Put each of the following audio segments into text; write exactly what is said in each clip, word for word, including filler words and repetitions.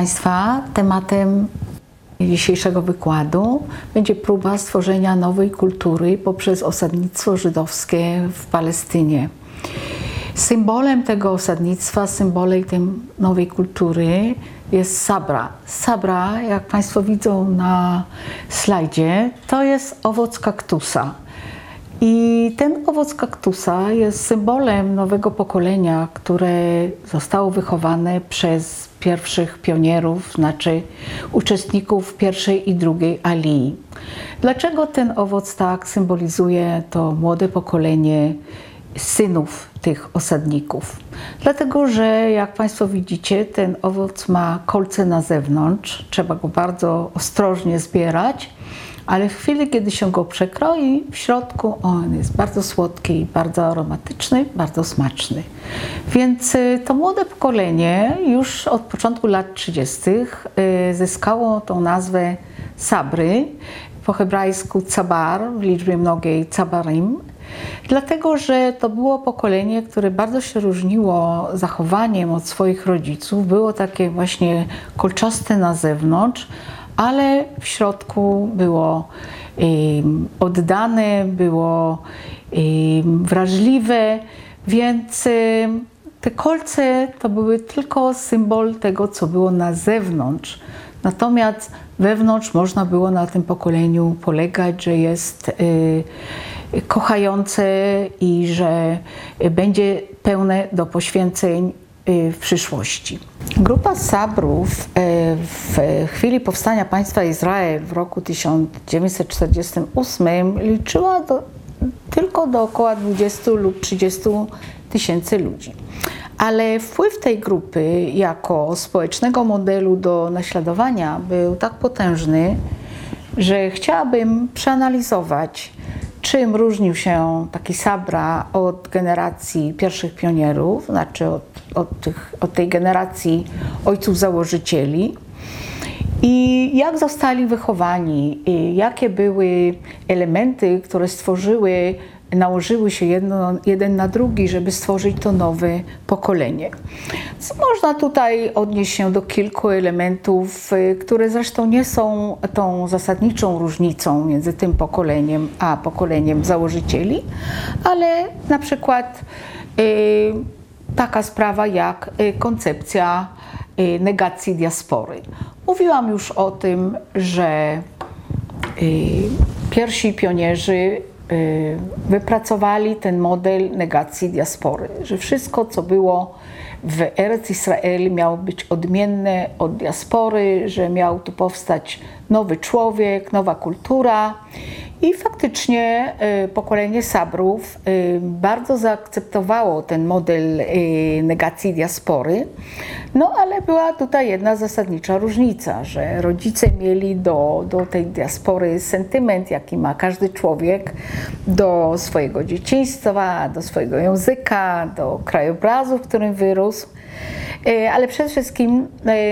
Państwa, tematem dzisiejszego wykładu będzie próba stworzenia nowej kultury poprzez osadnictwo żydowskie w Palestynie. Symbolem tego osadnictwa, symbolem tej nowej kultury jest sabra. Sabra, jak Państwo widzą na slajdzie, to jest owoc kaktusa. I ten owoc kaktusa jest symbolem nowego pokolenia, które zostało wychowane przez pierwszych pionierów, znaczy uczestników pierwszej i drugiej alii. Dlaczego ten owoc tak symbolizuje to młode pokolenie synów tych osadników? Dlatego, że jak Państwo widzicie, ten owoc ma kolce na zewnątrz, trzeba go bardzo ostrożnie zbierać, ale w chwili, kiedy się go przekroi, w środku on jest bardzo słodki, bardzo aromatyczny, bardzo smaczny. Więc to młode pokolenie już od początku lat trzydziestych zyskało tą nazwę sabry, po hebrajsku cabar, w liczbie mnogiej cabarim, dlatego, że to było pokolenie, które bardzo się różniło zachowaniem od swoich rodziców. Było takie właśnie kolczaste na zewnątrz, ale w środku było um, oddane, było um, wrażliwe, więc um, te kolce to były tylko symbol tego, co było na zewnątrz. Natomiast wewnątrz można było na tym pokoleniu polegać, że jest y, kochające i że będzie pełne do poświęceń w przyszłości. Grupa Sabrów w chwili powstania państwa Izrael w roku tysiąc dziewięćset czterdziestym ósmym liczyła do, tylko do około dwudziestu lub trzydziestu tysięcy ludzi. Ale wpływ tej grupy jako społecznego modelu do naśladowania był tak potężny, że chciałabym przeanalizować, czym różnił się taki sabra od generacji pierwszych pionierów, znaczy od, od, tych, od tej generacji ojców założycieli, i jak zostali wychowani, i jakie były elementy, które stworzyły, nałożyły się jedno, jeden na drugi, żeby stworzyć to nowe pokolenie. Więc można tutaj odnieść się do kilku elementów, które zresztą nie są tą zasadniczą różnicą między tym pokoleniem a pokoleniem założycieli, ale na przykład y, taka sprawa jak y, koncepcja y, negacji diaspory. Mówiłam już o tym, że y, pierwsi pionierzy wypracowali ten model negacji diaspory, że wszystko, co było w Eretz Israel, miało być odmienne od diaspory, że miał tu powstać nowy człowiek, nowa kultura. I faktycznie pokolenie Sabrów bardzo zaakceptowało ten model negacji diaspory, no ale była tutaj jedna zasadnicza różnica, że rodzice mieli do, do tej diaspory sentyment, jaki ma każdy człowiek do swojego dzieciństwa, do swojego języka, do krajobrazu, w którym wyrósł, ale przede wszystkim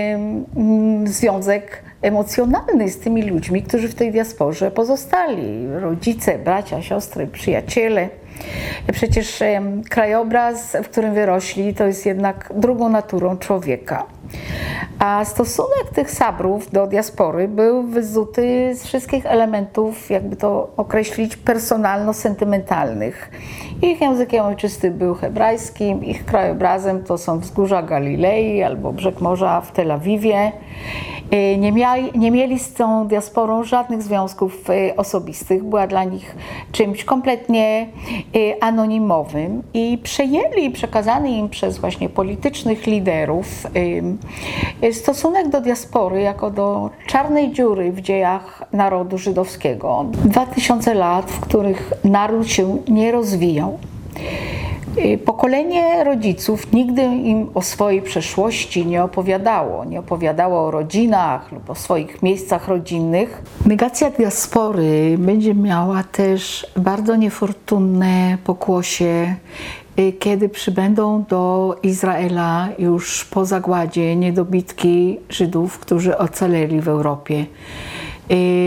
związek emocjonalny z tymi ludźmi, którzy w tej diasporze pozostali. Rodzice, bracia, siostry, przyjaciele. Przecież krajobraz, w którym wyrośli, to jest jednak drugą naturą człowieka. A stosunek tych Sabrów do diaspory był wyzuty z wszystkich elementów, jakby to określić, personalno-sentymentalnych. Ich językiem ojczystym był hebrajskim, ich krajobrazem to są wzgórza Galilei albo brzeg morza w Tel Awiwie. Nie mieli, nie mieli z tą diasporą żadnych związków osobistych, była dla nich czymś kompletnie anonimowym i przejęli przekazany im przez właśnie politycznych liderów stosunek do diaspory jako do czarnej dziury w dziejach narodu żydowskiego. Dwa tysiące lat, w których naród się nie rozwijał. Pokolenie rodziców nigdy im o swojej przeszłości nie opowiadało. Nie opowiadało o rodzinach lub o swoich miejscach rodzinnych. Negacja diaspory będzie miała też bardzo niefortunne pokłosie, kiedy przybędą do Izraela już po zagładzie niedobitki Żydów, którzy ocaleli w Europie.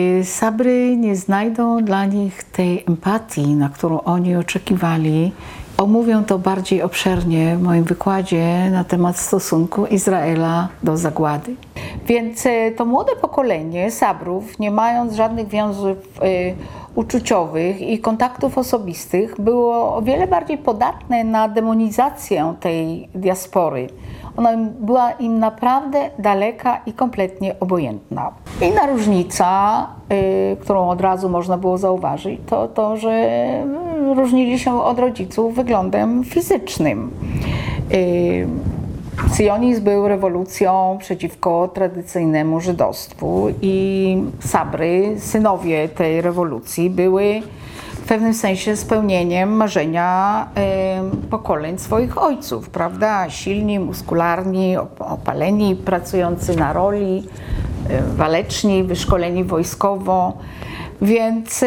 Sabry nie znajdą dla nich tej empatii, na którą oni oczekiwali, Omówię to bardziej obszernie w moim wykładzie na temat stosunku Izraela do zagłady. Więc to młode pokolenie Sabrów, nie mając żadnych więzów y, uczuciowych i kontaktów osobistych, było o wiele bardziej podatne na demonizację tej diaspory. Ona była im naprawdę daleka i kompletnie obojętna. Inna różnica, y, którą od razu można było zauważyć, to to, że różnili się od rodziców wyglądem fizycznym. Y, Syjonizm był rewolucją przeciwko tradycyjnemu żydostwu i Sabry, synowie tej rewolucji, były w pewnym sensie spełnieniem marzenia y, pokoleń swoich ojców, prawda? Silni, muskularni, opaleni, pracujący na roli, y, waleczni, wyszkoleni wojskowo. Więc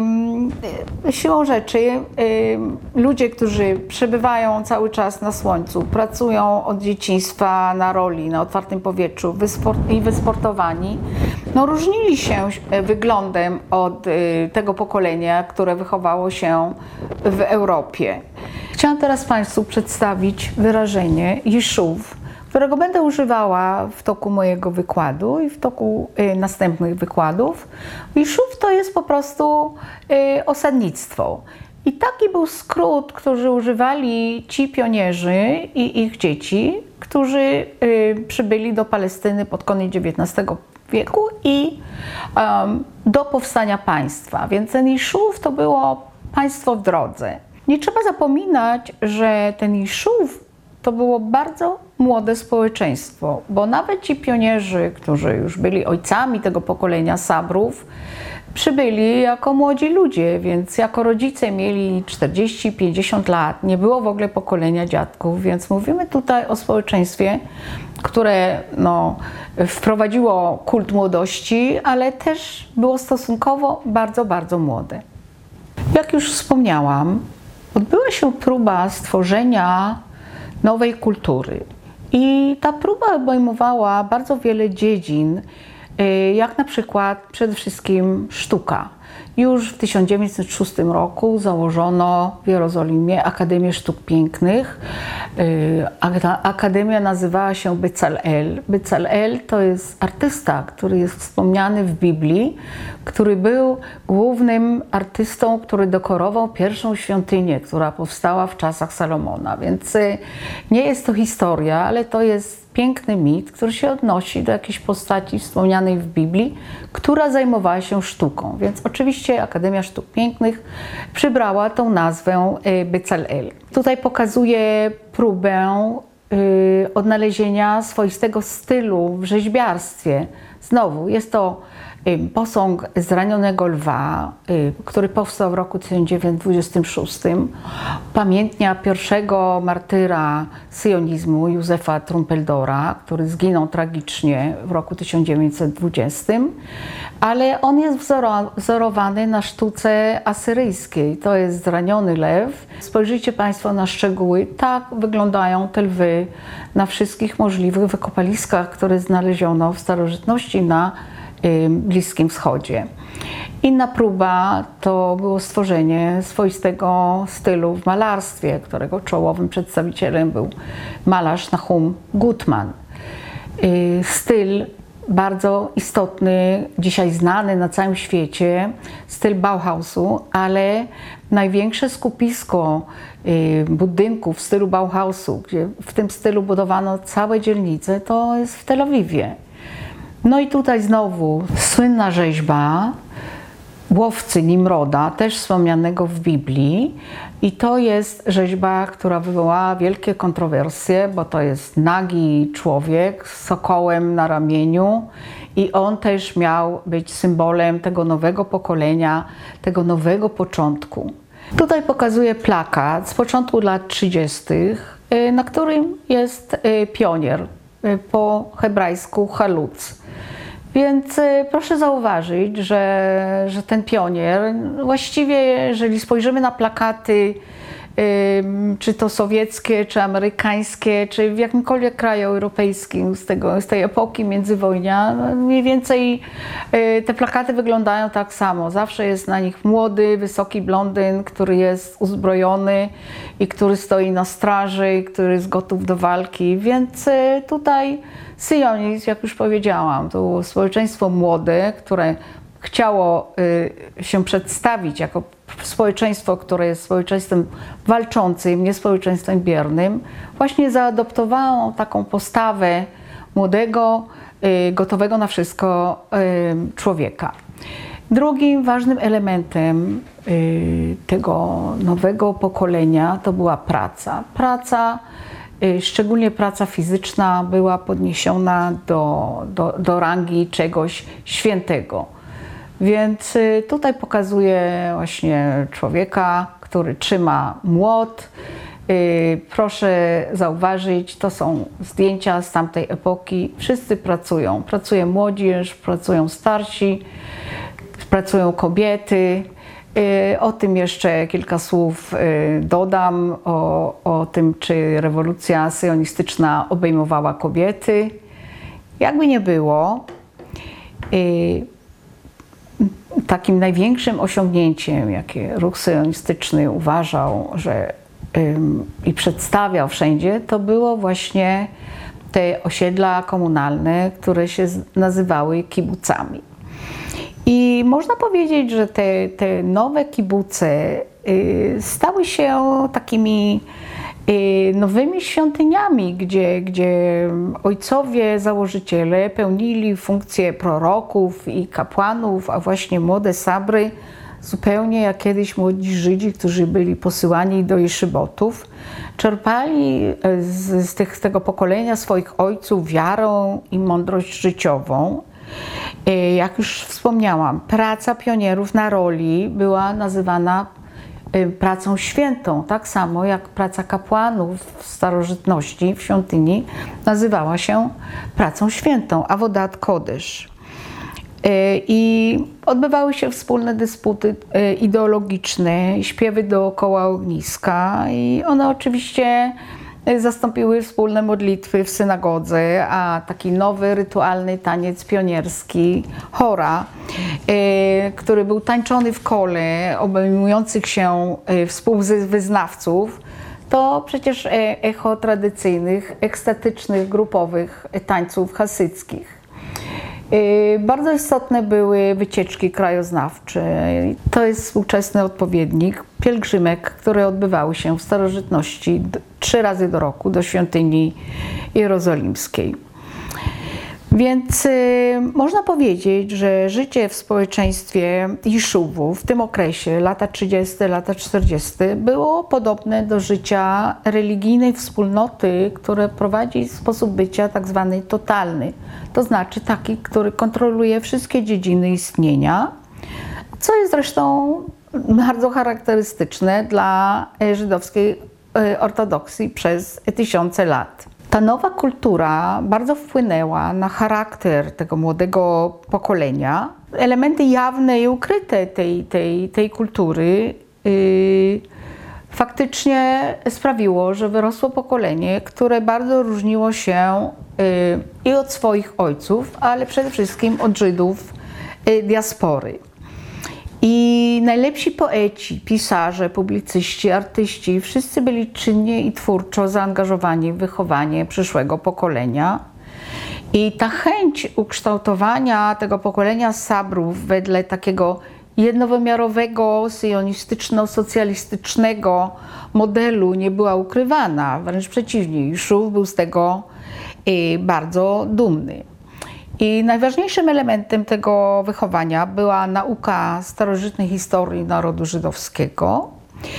y, siłą rzeczy y, ludzie, którzy przebywają cały czas na słońcu, pracują od dzieciństwa na roli, na otwartym powietrzu wysport- i wysportowani, no, różnili się wyglądem od y, tego pokolenia, które wychowało się w Europie. Chciałam teraz Państwu przedstawić wyrażenie Jeszuw, którego będę używała w toku mojego wykładu i w toku y, następnych wykładów. Jeszuw to jest po prostu y, osadnictwo. I taki był skrót, który używali ci pionierzy i ich dzieci, którzy y, przybyli do Palestyny pod koniec dziewiętnastego wieku i um, do powstania państwa. Więc ten Jeszuw to było państwo w drodze. Nie trzeba zapominać, że ten Jeszuw to było bardzo młode społeczeństwo, bo nawet ci pionierzy, którzy już byli ojcami tego pokolenia Sabrów, przybyli jako młodzi ludzie, więc jako rodzice mieli czterdzieści pięćdziesiąt lat, nie było w ogóle pokolenia dziadków, więc mówimy tutaj o społeczeństwie, które no, wprowadziło kult młodości, ale też było stosunkowo bardzo, bardzo młode. Jak już wspomniałam, odbyła się próba stworzenia nowej kultury. I ta próba obejmowała bardzo wiele dziedzin, jak na przykład przede wszystkim sztuka. Już w tysiąc dziewięćset szóstym roku założono w Jerozolimie Akademię Sztuk Pięknych. Akademia nazywała się Bezalel. Bezalel to jest artysta, który jest wspomniany w Biblii, który był głównym artystą, który dekorował pierwszą świątynię, która powstała w czasach Salomona. Więc nie jest to historia, ale to jest piękny mit, który się odnosi do jakiejś postaci wspomnianej w Biblii, która zajmowała się sztuką. Więc oczywiście Akademia Sztuk Pięknych przybrała tą nazwę Bezalel. Tutaj pokazuję próbę odnalezienia swoistego stylu w rzeźbiarstwie. Znowu jest to posąg zranionego lwa, który powstał w roku tysiąc dziewięćset dwudziestym szóstym. Upamiętnia pierwszego martyra syjonizmu, Józefa Trumpeldora, który zginął tragicznie w roku tysiąc dziewięćset dwudziestym. Ale on jest wzorowany na sztuce asyryjskiej. To jest zraniony lew. Spojrzyjcie Państwo na szczegóły. Tak wyglądają te lwy na wszystkich możliwych wykopaliskach, które znaleziono w starożytności na Bliskim Wschodzie. Inna próba to było stworzenie swoistego stylu w malarstwie, którego czołowym przedstawicielem był malarz Nahum Gutman. Styl bardzo istotny, dzisiaj znany na całym świecie, styl Bauhausu, ale największe skupisko budynków w stylu Bauhausu, gdzie w tym stylu budowano całe dzielnice, to jest w Tel Awiwie. No i tutaj znowu słynna rzeźba łowcy Nimroda, też wspomnianego w Biblii. I to jest rzeźba, która wywołała wielkie kontrowersje, bo to jest nagi człowiek z sokołem na ramieniu i on też miał być symbolem tego nowego pokolenia, tego nowego początku. Tutaj pokazuję plakat z początku lat trzydziestych, na którym jest pionier, po hebrajsku haluc. Więc proszę zauważyć, że, że ten pionier, właściwie jeżeli spojrzymy na plakaty czy to sowieckie, czy amerykańskie, czy w jakimkolwiek kraju europejskim z, tego, z tej epoki międzywojnia, mniej więcej te plakaty wyglądają tak samo. Zawsze jest na nich młody, wysoki blondyn, który jest uzbrojony i który stoi na straży, i który jest gotów do walki. Więc tutaj syjonizm, jak już powiedziałam, to było społeczeństwo młode, które chciało się przedstawić jako społeczeństwo, które jest społeczeństwem walczącym, nie społeczeństwem biernym. Właśnie zaadoptowało taką postawę młodego, gotowego na wszystko człowieka. Drugim ważnym elementem tego nowego pokolenia to była praca. Praca, szczególnie praca fizyczna, była podniesiona do, do, do rangi czegoś świętego. Więc tutaj pokazuje właśnie człowieka, który trzyma młot. Proszę zauważyć, to są zdjęcia z tamtej epoki. Wszyscy pracują. Pracuje młodzież, pracują starsi, pracują kobiety. O tym jeszcze kilka słów dodam, o, o tym, czy rewolucja syjonistyczna obejmowała kobiety. Jakby nie było, takim największym osiągnięciem, jakie ruch syjonistyczny uważał, że ym, i przedstawiał wszędzie, to było właśnie te osiedla komunalne, które się nazywały kibucami. I można powiedzieć, że te, te nowe kibuce y, stały się takimi y, nowymi świątyniami, gdzie, gdzie ojcowie założyciele pełnili funkcje proroków i kapłanów, a właśnie młode sabry, zupełnie jak kiedyś młodzi Żydzi, którzy byli posyłani do jeszybotów, czerpali z, z, tych, z tego pokolenia swoich ojców wiarę i mądrość życiową. Jak już wspomniałam, praca pionierów na roli była nazywana pracą świętą, tak samo jak praca kapłanów w starożytności, w świątyni, nazywała się pracą świętą, avodat kodesh. I odbywały się wspólne dysputy ideologiczne, śpiewy dookoła ogniska i one oczywiście zastąpiły wspólne modlitwy w synagodze, a taki nowy rytualny taniec pionierski, hora, który był tańczony w kole obejmujących się współwyznawców, to przecież echo tradycyjnych, ekstatycznych, grupowych tańców hasyckich. Bardzo istotne były wycieczki krajoznawcze. To jest współczesny odpowiednik pielgrzymek, które odbywały się w starożytności trzy razy do roku do świątyni jerozolimskiej. Więc y, można powiedzieć, że życie w społeczeństwie Jeszuwu w tym okresie, lata trzydzieste, lata czterdzieste, było podobne do życia religijnej wspólnoty, które prowadzi sposób bycia tak zwany totalny. To znaczy taki, który kontroluje wszystkie dziedziny istnienia, co jest zresztą bardzo charakterystyczne dla żydowskiej ortodoksji przez tysiące lat. Ta nowa kultura bardzo wpłynęła na charakter tego młodego pokolenia. Elementy jawne i ukryte tej, tej, tej kultury yy, faktycznie sprawiło, że wyrosło pokolenie, które bardzo różniło się yy, i od swoich ojców, ale przede wszystkim od Żydów yy, diaspory. I najlepsi poeci, pisarze, publicyści, artyści, wszyscy byli czynnie i twórczo zaangażowani w wychowanie przyszłego pokolenia. I ta chęć ukształtowania tego pokolenia sabrów wedle takiego jednowymiarowego, syjonistyczno-socjalistycznego modelu nie była ukrywana. Wręcz przeciwnie, Jeszuw był z tego bardzo dumny. I najważniejszym elementem tego wychowania była nauka starożytnej historii narodu żydowskiego.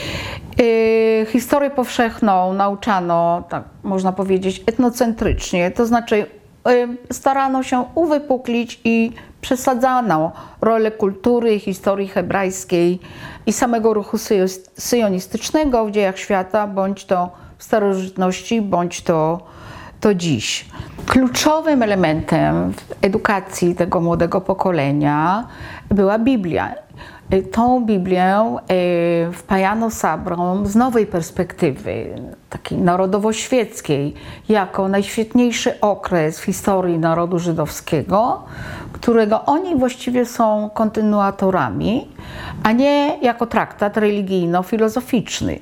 Yy, historię powszechną nauczano, tak można powiedzieć, etnocentrycznie, to znaczy yy, starano się uwypuklić i przesadzano rolę kultury, historii hebrajskiej i samego ruchu syjonistycznego w dziejach świata, bądź to w starożytności, bądź to do dziś. Kluczowym elementem w edukacji tego młodego pokolenia była Biblia. Tą Biblię wpajano Sabrom z nowej perspektywy, takiej narodowo-świeckiej, jako najświetniejszy okres w historii narodu żydowskiego, którego oni właściwie są kontynuatorami, a nie jako traktat religijno-filozoficzny.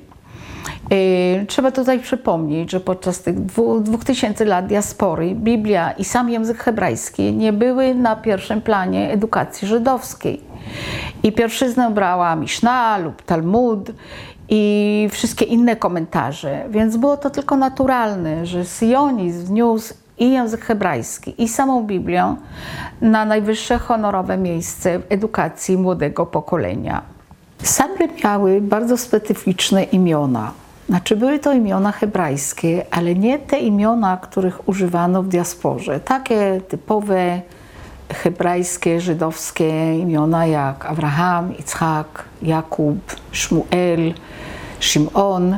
Trzeba tutaj przypomnieć, że podczas tych dwóch, dwóch tysięcy lat diaspory Biblia i sam język hebrajski nie były na pierwszym planie edukacji żydowskiej. I pierwszyznę brała Miszna lub Talmud i wszystkie inne komentarze, więc było to tylko naturalne, że syjonizm wniósł i język hebrajski, i samą Biblię na najwyższe honorowe miejsce w edukacji młodego pokolenia. Sabry miały bardzo specyficzne imiona. Znaczy były to imiona hebrajskie, ale nie te imiona, których używano w diasporze. Takie typowe hebrajskie, żydowskie imiona jak Abraham, Itzhak, Jakub, Szmuel, Szymon.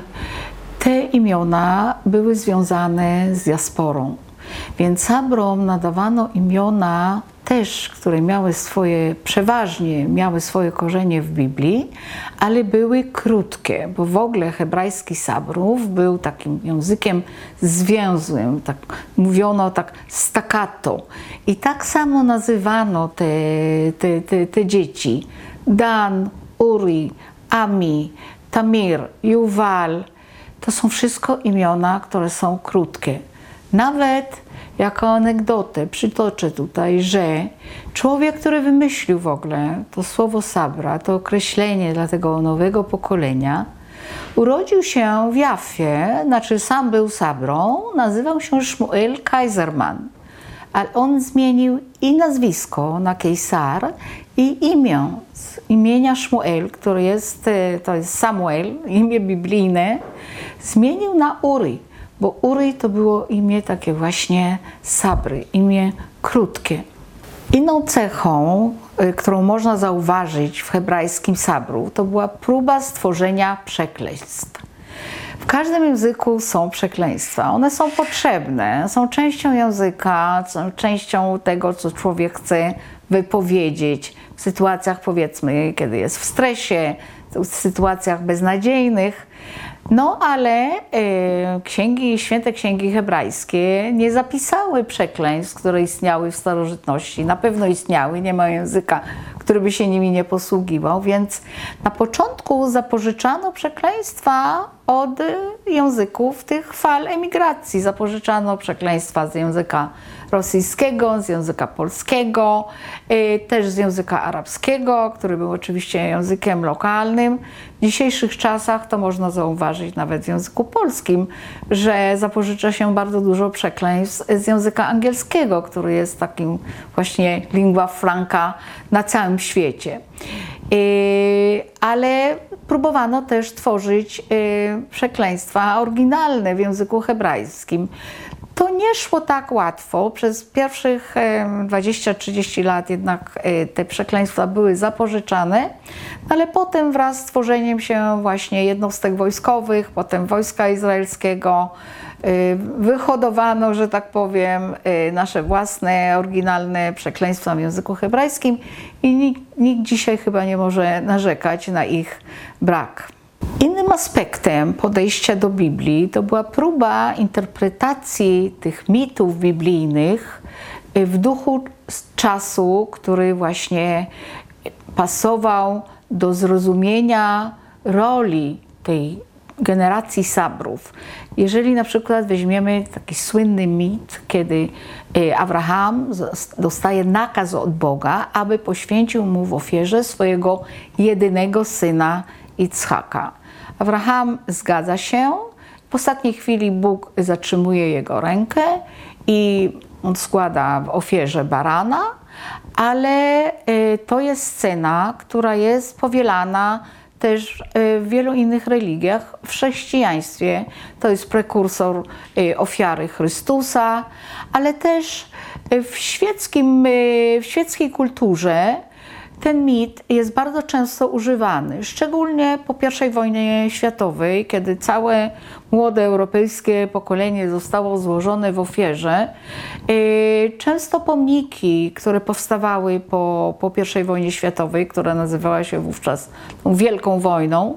Te imiona były związane z diasporą. Więc Sabrom nadawano imiona też, które miały swoje, przeważnie miały swoje korzenie w Biblii, ale były krótkie, bo w ogóle hebrajski Sabrów był takim językiem zwięzłym, tak mówiono tak staccato. I tak samo nazywano te, te, te, te dzieci. Dan, Uri, Ami, Tamir, Juwal. To są wszystko imiona, które są krótkie. Nawet jako anegdotę przytoczę tutaj, że człowiek, który wymyślił w ogóle to słowo Sabra, to określenie dla tego nowego pokolenia, urodził się w Jaffie, znaczy sam był Sabrą, nazywał się Szmuel Kaiserman, ale on zmienił i nazwisko na Kejsar, i imię z imienia Szmuel, które jest, to jest Samuel, imię biblijne, zmienił na Uri. Bo Uri to było imię takie właśnie Sabry, imię krótkie. Inną cechą, którą można zauważyć w hebrajskim Sabru, to była próba stworzenia przekleństw. W każdym języku są przekleństwa. One są potrzebne, są częścią języka, są częścią tego, co człowiek chce wypowiedzieć w sytuacjach, powiedzmy, kiedy jest w stresie, w sytuacjach beznadziejnych. No ale e, księgi, święte księgi hebrajskie nie zapisały przekleństw, które istniały w starożytności. Na pewno istniały, nie ma języka, który by się nimi nie posługiwał, więc na początku zapożyczano przekleństwa od języków tych fal emigracji. Zapożyczano przekleństwa z języka rosyjskiego, z języka polskiego, e, też z języka arabskiego, który był oczywiście językiem lokalnym. W dzisiejszych czasach to można zauważyć nawet w języku polskim, że zapożycza się bardzo dużo przekleństw z języka angielskiego, który jest takim właśnie lingua franca na całym świecie. Ale próbowano też tworzyć przekleństwa oryginalne w języku hebrajskim. To nie szło tak łatwo. Przez pierwszych dwadzieścia trzydzieści lat jednak te przekleństwa były zapożyczane, ale potem wraz z tworzeniem się właśnie jednostek wojskowych, potem wojska izraelskiego, wyhodowano, że tak powiem, nasze własne, oryginalne przekleństwa w języku hebrajskim i nikt, nikt dzisiaj chyba nie może narzekać na ich brak. Innym aspektem podejścia do Biblii to była próba interpretacji tych mitów biblijnych w duchu czasu, który właśnie pasował do zrozumienia roli tej generacji Sabrów. Jeżeli na przykład weźmiemy taki słynny mit, kiedy Abraham dostaje nakaz od Boga, aby poświęcił mu w ofierze swojego jedynego syna Itzhaka. Abraham zgadza się, w ostatniej chwili Bóg zatrzymuje jego rękę i on składa w ofierze barana, ale to jest scena, która jest powielana też w wielu innych religiach. W chrześcijaństwie to jest prekursor ofiary Chrystusa, ale też w, świeckim, w świeckiej kulturze ten mit jest bardzo często używany, szczególnie po pierwszej wojnie światowej, kiedy całe młode europejskie pokolenie zostało złożone w ofierze. Często pomniki, które powstawały po, po pierwszej wojnie światowej, która nazywała się wówczas tą Wielką Wojną,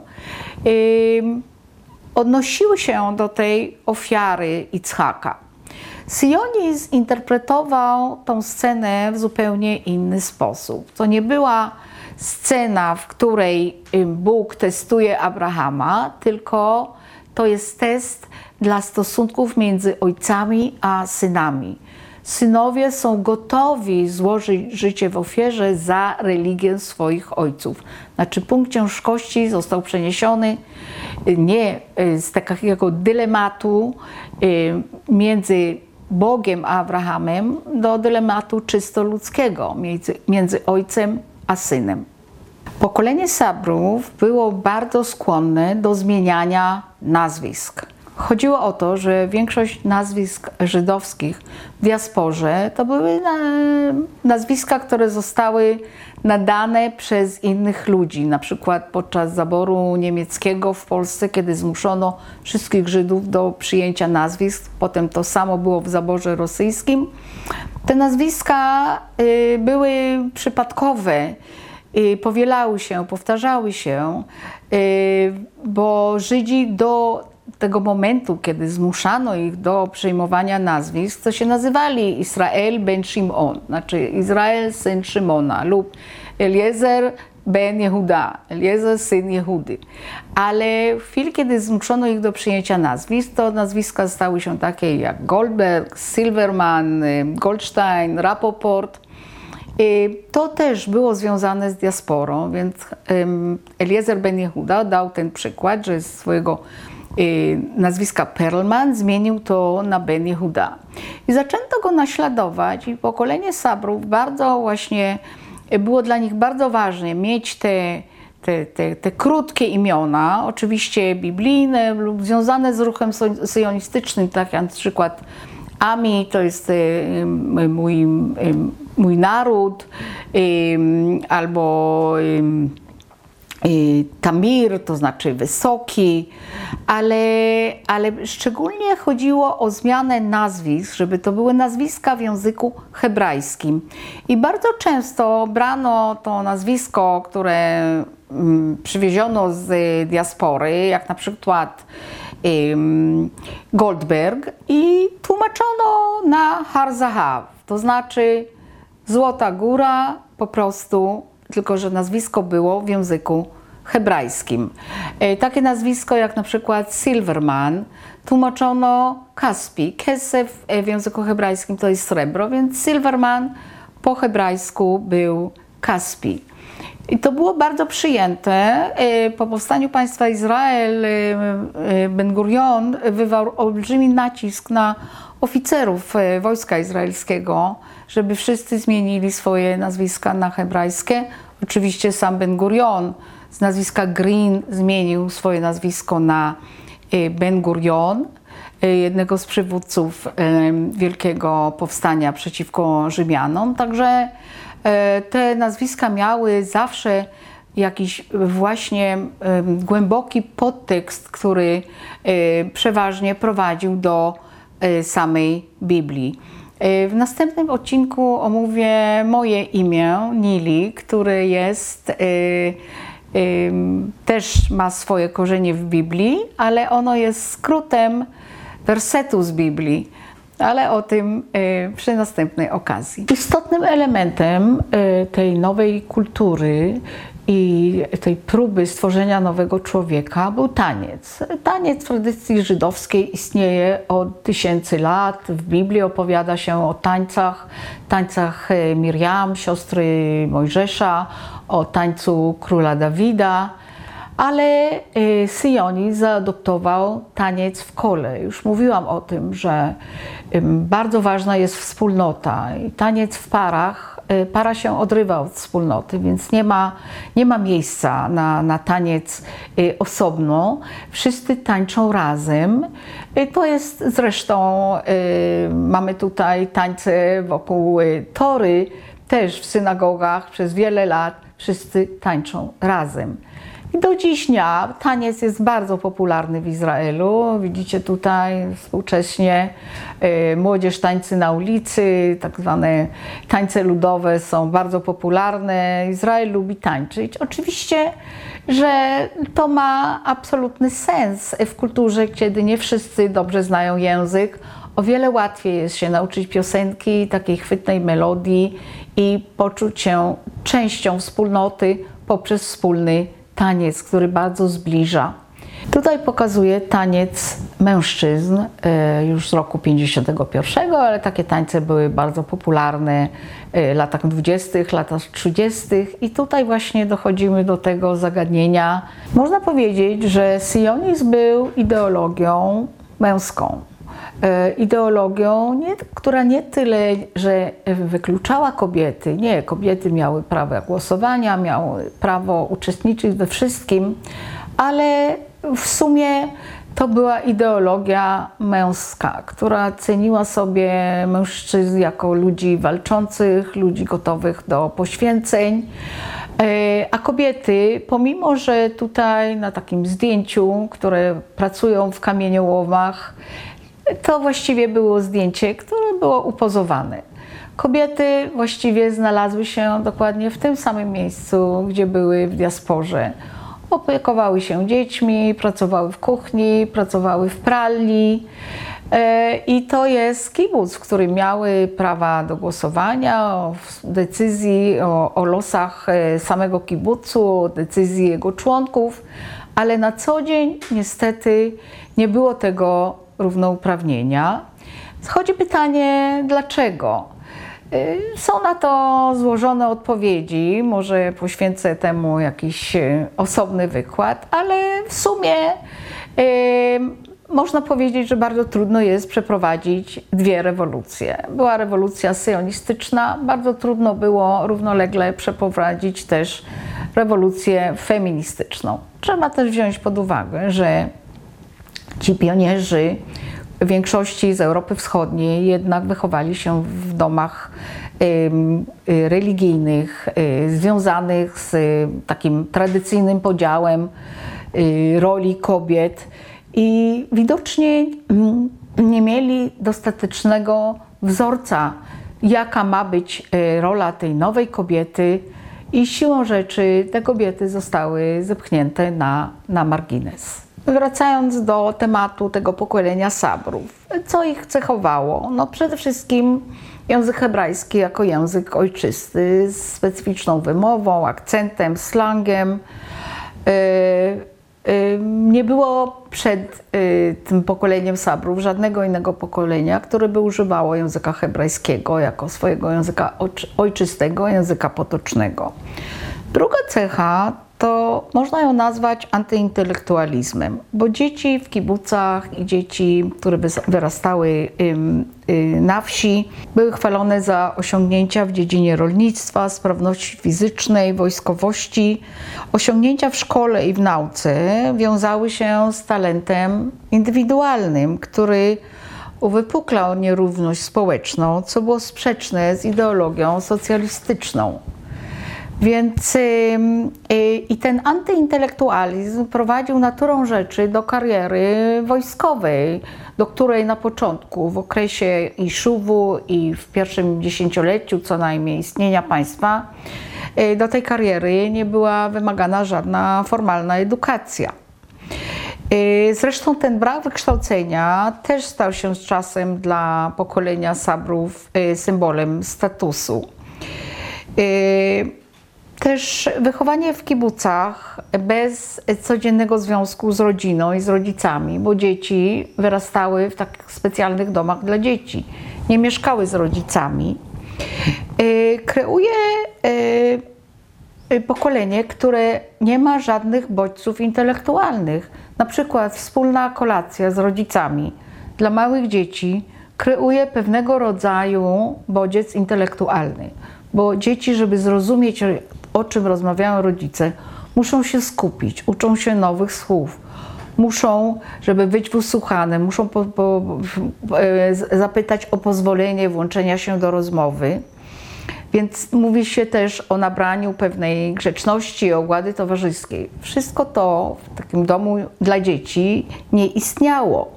odnosiły się do tej ofiary Itzhaka. Sionizm interpretował tą scenę w zupełnie inny sposób. To nie była scena, w której Bóg testuje Abrahama, tylko to jest test dla stosunków między ojcami a synami. Synowie są gotowi złożyć życie w ofierze za religię swoich ojców. Znaczy punkt ciężkości został przeniesiony nie z takiego dylematu między Bogiem a Abrahamem do dylematu czysto ludzkiego między, między ojcem a synem. Pokolenie Sabrów było bardzo skłonne do zmieniania nazwisk. Chodziło o to, że większość nazwisk żydowskich w diasporze to były nazwiska, które zostały nadane przez innych ludzi. Na przykład podczas zaboru niemieckiego w Polsce, kiedy zmuszono wszystkich Żydów do przyjęcia nazwisk. Potem to samo było w zaborze rosyjskim. Te nazwiska były przypadkowe, powielały się, powtarzały się, bo Żydzi do tego momentu, kiedy zmuszano ich do przyjmowania nazwisk, to się nazywali Israel ben Shimon, znaczy Izrael syn Szymona lub Eliezer ben Jehuda, Eliezer syn Jehudy. Ale w chwili, kiedy zmuszono ich do przyjęcia nazwisk, to nazwiska stały się takie jak Goldberg, Silverman, Goldstein, Rapoport. To też było związane z diasporą, więc Eliezer ben Jehuda dał ten przykład, że z swojego nazwiska Perlman zmienił to na Ben Jehuda. I zaczęto go naśladować i pokolenie Sabrów bardzo właśnie, było dla nich bardzo ważne mieć te, te, te, te krótkie imiona, oczywiście biblijne lub związane z ruchem syjonistycznym, tak jak na przykład Ami to jest mój, mój naród, albo Tamir, to znaczy wysoki, ale, ale szczególnie chodziło o zmianę nazwisk, żeby to były nazwiska w języku hebrajskim. I bardzo często brano to nazwisko, które przywieziono z diaspory, jak na przykład Goldberg, i tłumaczono na Har Zahav, to znaczy Złota Góra po prostu, tylko że nazwisko było w języku hebrajskim. Takie nazwisko jak na przykład Silverman tłumaczono Kaspi. Kesef w języku hebrajskim to jest srebro, więc Silverman po hebrajsku był Kaspi. I to było bardzo przyjęte. Po powstaniu państwa Izrael Ben-Gurion wywarł olbrzymi nacisk na oficerów wojska izraelskiego, żeby wszyscy zmienili swoje nazwiska na hebrajskie. Oczywiście sam Ben-Gurion z nazwiska Green zmienił swoje nazwisko na Ben-Gurion, jednego z przywódców wielkiego powstania przeciwko Rzymianom. Także te nazwiska miały zawsze jakiś właśnie głęboki podtekst, który przeważnie prowadził do samej Biblii. W następnym odcinku omówię moje imię, Nili, które jest, też ma swoje korzenie w Biblii, ale ono jest skrótem wersetu z Biblii. Ale o tym przy następnej okazji. Istotnym elementem tej nowej kultury i tej próby stworzenia nowego człowieka był taniec. Taniec w tradycji żydowskiej istnieje od tysięcy lat. W Biblii opowiada się o tańcach, tańcach Miriam, siostry Mojżesza, o tańcu króla Dawida. Ale Sionizm zaadoptował taniec w kole. Już mówiłam o tym, że bardzo ważna jest wspólnota i taniec w parach, para się odrywa od wspólnoty, więc nie ma, nie ma miejsca na, na taniec osobno. Wszyscy tańczą razem. To jest zresztą, mamy tutaj tańce wokół Tory, też w synagogach przez wiele lat wszyscy tańczą razem. I do dziś dnia taniec jest bardzo popularny w Izraelu. Widzicie tutaj współcześnie y, młodzież tańczy na ulicy, tak zwane tańce ludowe są bardzo popularne. Izrael lubi tańczyć. Oczywiście, że to ma absolutny sens w kulturze, kiedy nie wszyscy dobrze znają język. O wiele łatwiej jest się nauczyć piosenki, takiej chwytnej melodii i poczuć się częścią wspólnoty poprzez wspólny taniec, który bardzo zbliża. Tutaj pokazuję taniec mężczyzn już z roku pięćdziesiątego pierwszego, ale takie tańce były bardzo popularne w latach dwudziestych, latach trzydziestych i tutaj właśnie dochodzimy do tego zagadnienia. Można powiedzieć, że sionizm był ideologią męską. Ideologią, nie, która nie tyle, że wykluczała kobiety. Nie, kobiety miały prawo głosowania, miały prawo uczestniczyć we wszystkim, ale w sumie to była ideologia męska, która ceniła sobie mężczyzn jako ludzi walczących, ludzi gotowych do poświęceń. A kobiety, pomimo że tutaj na takim zdjęciu, które pracują w kamieniołomach, to właściwie było zdjęcie, które było upozowane. Kobiety właściwie znalazły się dokładnie w tym samym miejscu, gdzie były w diasporze. Opiekowały się dziećmi, pracowały w kuchni, pracowały w pralni. I to jest kibuc, w którym miały prawa do głosowania, o decyzji o, o losach samego kibucu, o decyzji jego członków, ale na co dzień niestety nie było tego równouprawnienia. Chodzi pytanie, dlaczego? Są na to złożone odpowiedzi, może poświęcę temu jakiś osobny wykład, ale w sumie yy, można powiedzieć, że bardzo trudno jest przeprowadzić dwie rewolucje. Była rewolucja syjonistyczna, bardzo trudno było równolegle przeprowadzić też rewolucję feministyczną. Trzeba też wziąć pod uwagę, że ci pionierzy w większości z Europy Wschodniej jednak wychowali się w domach y, religijnych, y, związanych z y, takim tradycyjnym podziałem y, roli kobiet i widocznie y, nie mieli dostatecznego wzorca, jaka ma być y, rola tej nowej kobiety i siłą rzeczy te kobiety zostały zepchnięte na, na margines. Wracając do tematu tego pokolenia Sabrów, co ich cechowało? No przede wszystkim język hebrajski jako język ojczysty z specyficzną wymową, akcentem, slangiem. Nie było przed tym pokoleniem Sabrów żadnego innego pokolenia, które by używało języka hebrajskiego jako swojego języka ojczystego, języka potocznego. Druga cecha to można ją nazwać antyintelektualizmem, bo dzieci w kibucach i dzieci, które wyrastały na wsi, były chwalone za osiągnięcia w dziedzinie rolnictwa, sprawności fizycznej, wojskowości. Osiągnięcia w szkole i w nauce wiązały się z talentem indywidualnym, który uwypuklał nierówność społeczną, co było sprzeczne z ideologią socjalistyczną. Więc i ten antyintelektualizm prowadził naturą rzeczy do kariery wojskowej, do której na początku, w okresie Iszuwu i w pierwszym dziesięcioleciu co najmniej istnienia państwa, do tej kariery nie była wymagana żadna formalna edukacja. Zresztą ten brak wykształcenia też stał się z czasem dla pokolenia Sabrów symbolem statusu. Też wychowanie w kibucach bez codziennego związku z rodziną i z rodzicami, bo dzieci wyrastały w takich specjalnych domach dla dzieci, nie mieszkały z rodzicami, kreuje pokolenie, które nie ma żadnych bodźców intelektualnych. Na przykład wspólna kolacja z rodzicami dla małych dzieci kreuje pewnego rodzaju bodziec intelektualny, bo dzieci, żeby zrozumieć, o czym rozmawiają rodzice, muszą się skupić, uczą się nowych słów, muszą, żeby być wysłuchane, muszą po, po, zapytać o pozwolenie włączenia się do rozmowy. Więc mówi się też o nabraniu pewnej grzeczności, ogłady towarzyskiej. Wszystko to w takim domu dla dzieci nie istniało.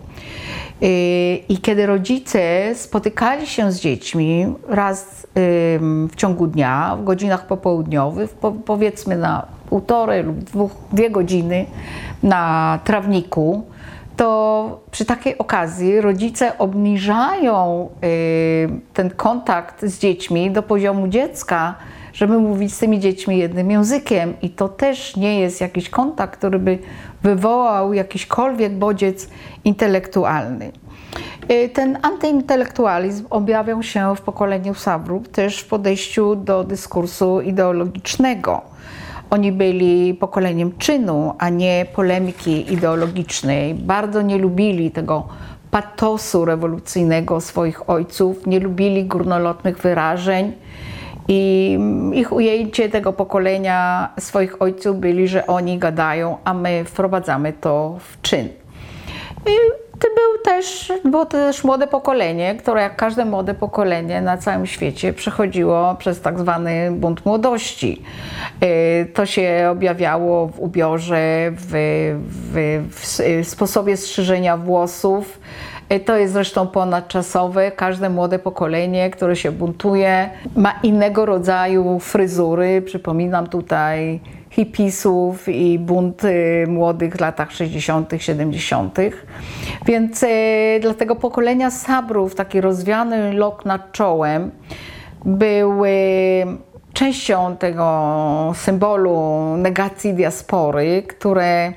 I kiedy rodzice spotykali się z dziećmi raz w ciągu dnia, w godzinach popołudniowych, powiedzmy na półtorej lub dwóch, dwie godziny na trawniku, to przy takiej okazji rodzice obniżają ten kontakt z dziećmi do poziomu dziecka, żeby mówić z tymi dziećmi jednym językiem. I to też nie jest jakiś kontakt, który by wywołał jakiśkolwiek bodziec intelektualny. Ten antyintelektualizm objawiał się w pokoleniu Sabrów też w podejściu do dyskursu ideologicznego. Oni byli pokoleniem czynu, a nie polemiki ideologicznej. Bardzo nie lubili tego patosu rewolucyjnego swoich ojców, nie lubili górnolotnych wyrażeń i ich ujęcie tego pokolenia swoich ojców byli, że oni gadają, a my wprowadzamy to w czyn. I to był też, było to też młode pokolenie, które jak każde młode pokolenie na całym świecie przechodziło przez tak zwany bunt młodości. To się objawiało w ubiorze, w, w, w sposobie strzyżenia włosów. To jest zresztą ponadczasowe. Każde młode pokolenie, które się buntuje, ma innego rodzaju fryzury. Przypominam tutaj hipisów i bunt młodych w latach sześćdziesiątych, siedemdziesiątych. Więc e, dla tego pokolenia Sabrów taki rozwiany lok nad czołem był e, częścią tego symbolu negacji diaspory, które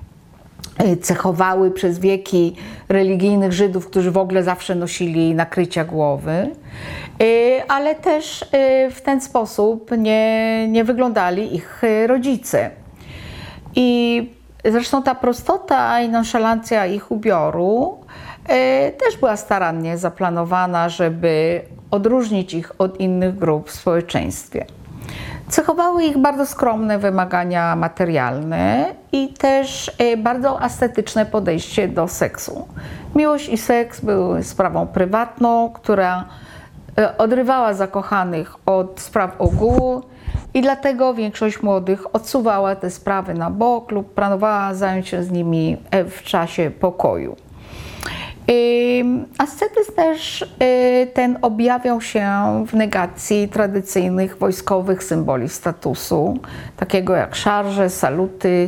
cechowały przez wieki religijnych Żydów, którzy w ogóle zawsze nosili nakrycia głowy, ale też w ten sposób nie, nie wyglądali ich rodzice. I zresztą ta prostota i nonszalancja ich ubioru też była starannie zaplanowana, żeby odróżnić ich od innych grup w społeczeństwie. Cechowały ich bardzo skromne wymagania materialne i też bardzo ascetyczne podejście do seksu. Miłość i seks były sprawą prywatną, która odrywała zakochanych od spraw ogółu i dlatego większość młodych odsuwała te sprawy na bok lub planowała zająć się z nimi w czasie pokoju. Ascetyzm też ten objawiał się w negacji tradycyjnych wojskowych symboli statusu, takiego jak szarże, saluty,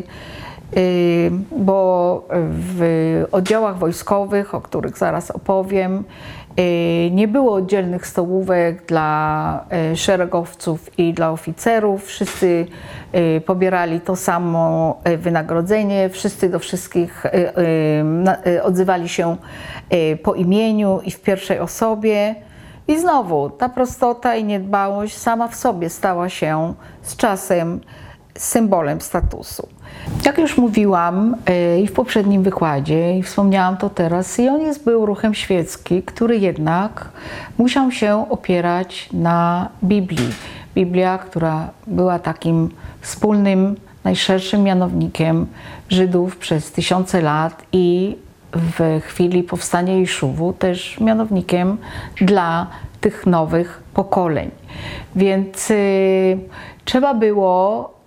bo w oddziałach wojskowych, o których zaraz opowiem, nie było oddzielnych stołówek dla szeregowców i dla oficerów. Wszyscy pobierali to samo wynagrodzenie, wszyscy do wszystkich odzywali się po imieniu i w pierwszej osobie. I znowu ta prostota i niedbałość sama w sobie stała się z czasem symbolem statusu. Jak już mówiłam i w poprzednim wykładzie, i wspomniałam to teraz, sionizm był ruchem świecki, który jednak musiał się opierać na Biblii. Biblia, która była takim wspólnym, najszerszym mianownikiem Żydów przez tysiące lat i w chwili powstania Jeszuwu też mianownikiem dla tych nowych pokoleń. Więc y, trzeba było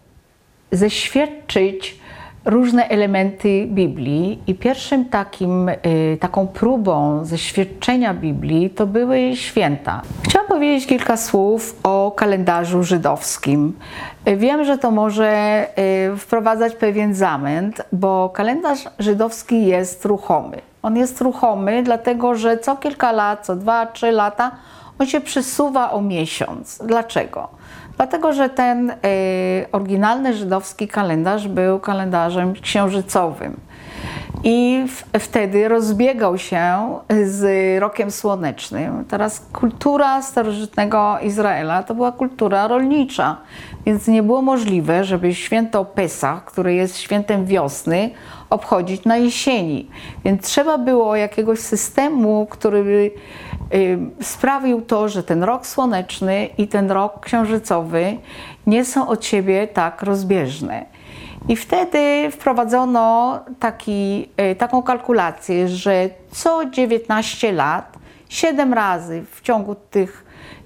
zeświadczyć różne elementy Biblii i pierwszym takim, y, taką próbą zeświadczenia Biblii to były święta. Chciałam powiedzieć kilka słów o kalendarzu żydowskim. Wiem, że to może y, wprowadzać pewien zamęt, bo kalendarz żydowski jest ruchomy. On jest ruchomy dlatego, że co kilka lat, co dwa, trzy lata on się przesuwa o miesiąc. Dlaczego? Dlatego, że ten y, oryginalny żydowski kalendarz był kalendarzem księżycowym i w, wtedy rozbiegał się z rokiem słonecznym. Teraz kultura starożytnego Izraela to była kultura rolnicza, więc nie było możliwe, żeby święto Pesach, które jest świętem wiosny, obchodzić na jesieni. Więc trzeba było jakiegoś systemu, który by sprawił to, że ten rok słoneczny i ten rok księżycowy nie są od siebie tak rozbieżne. I wtedy wprowadzono taki, taką kalkulację, że co dziewiętnaście lat, siedem razy w ciągu tych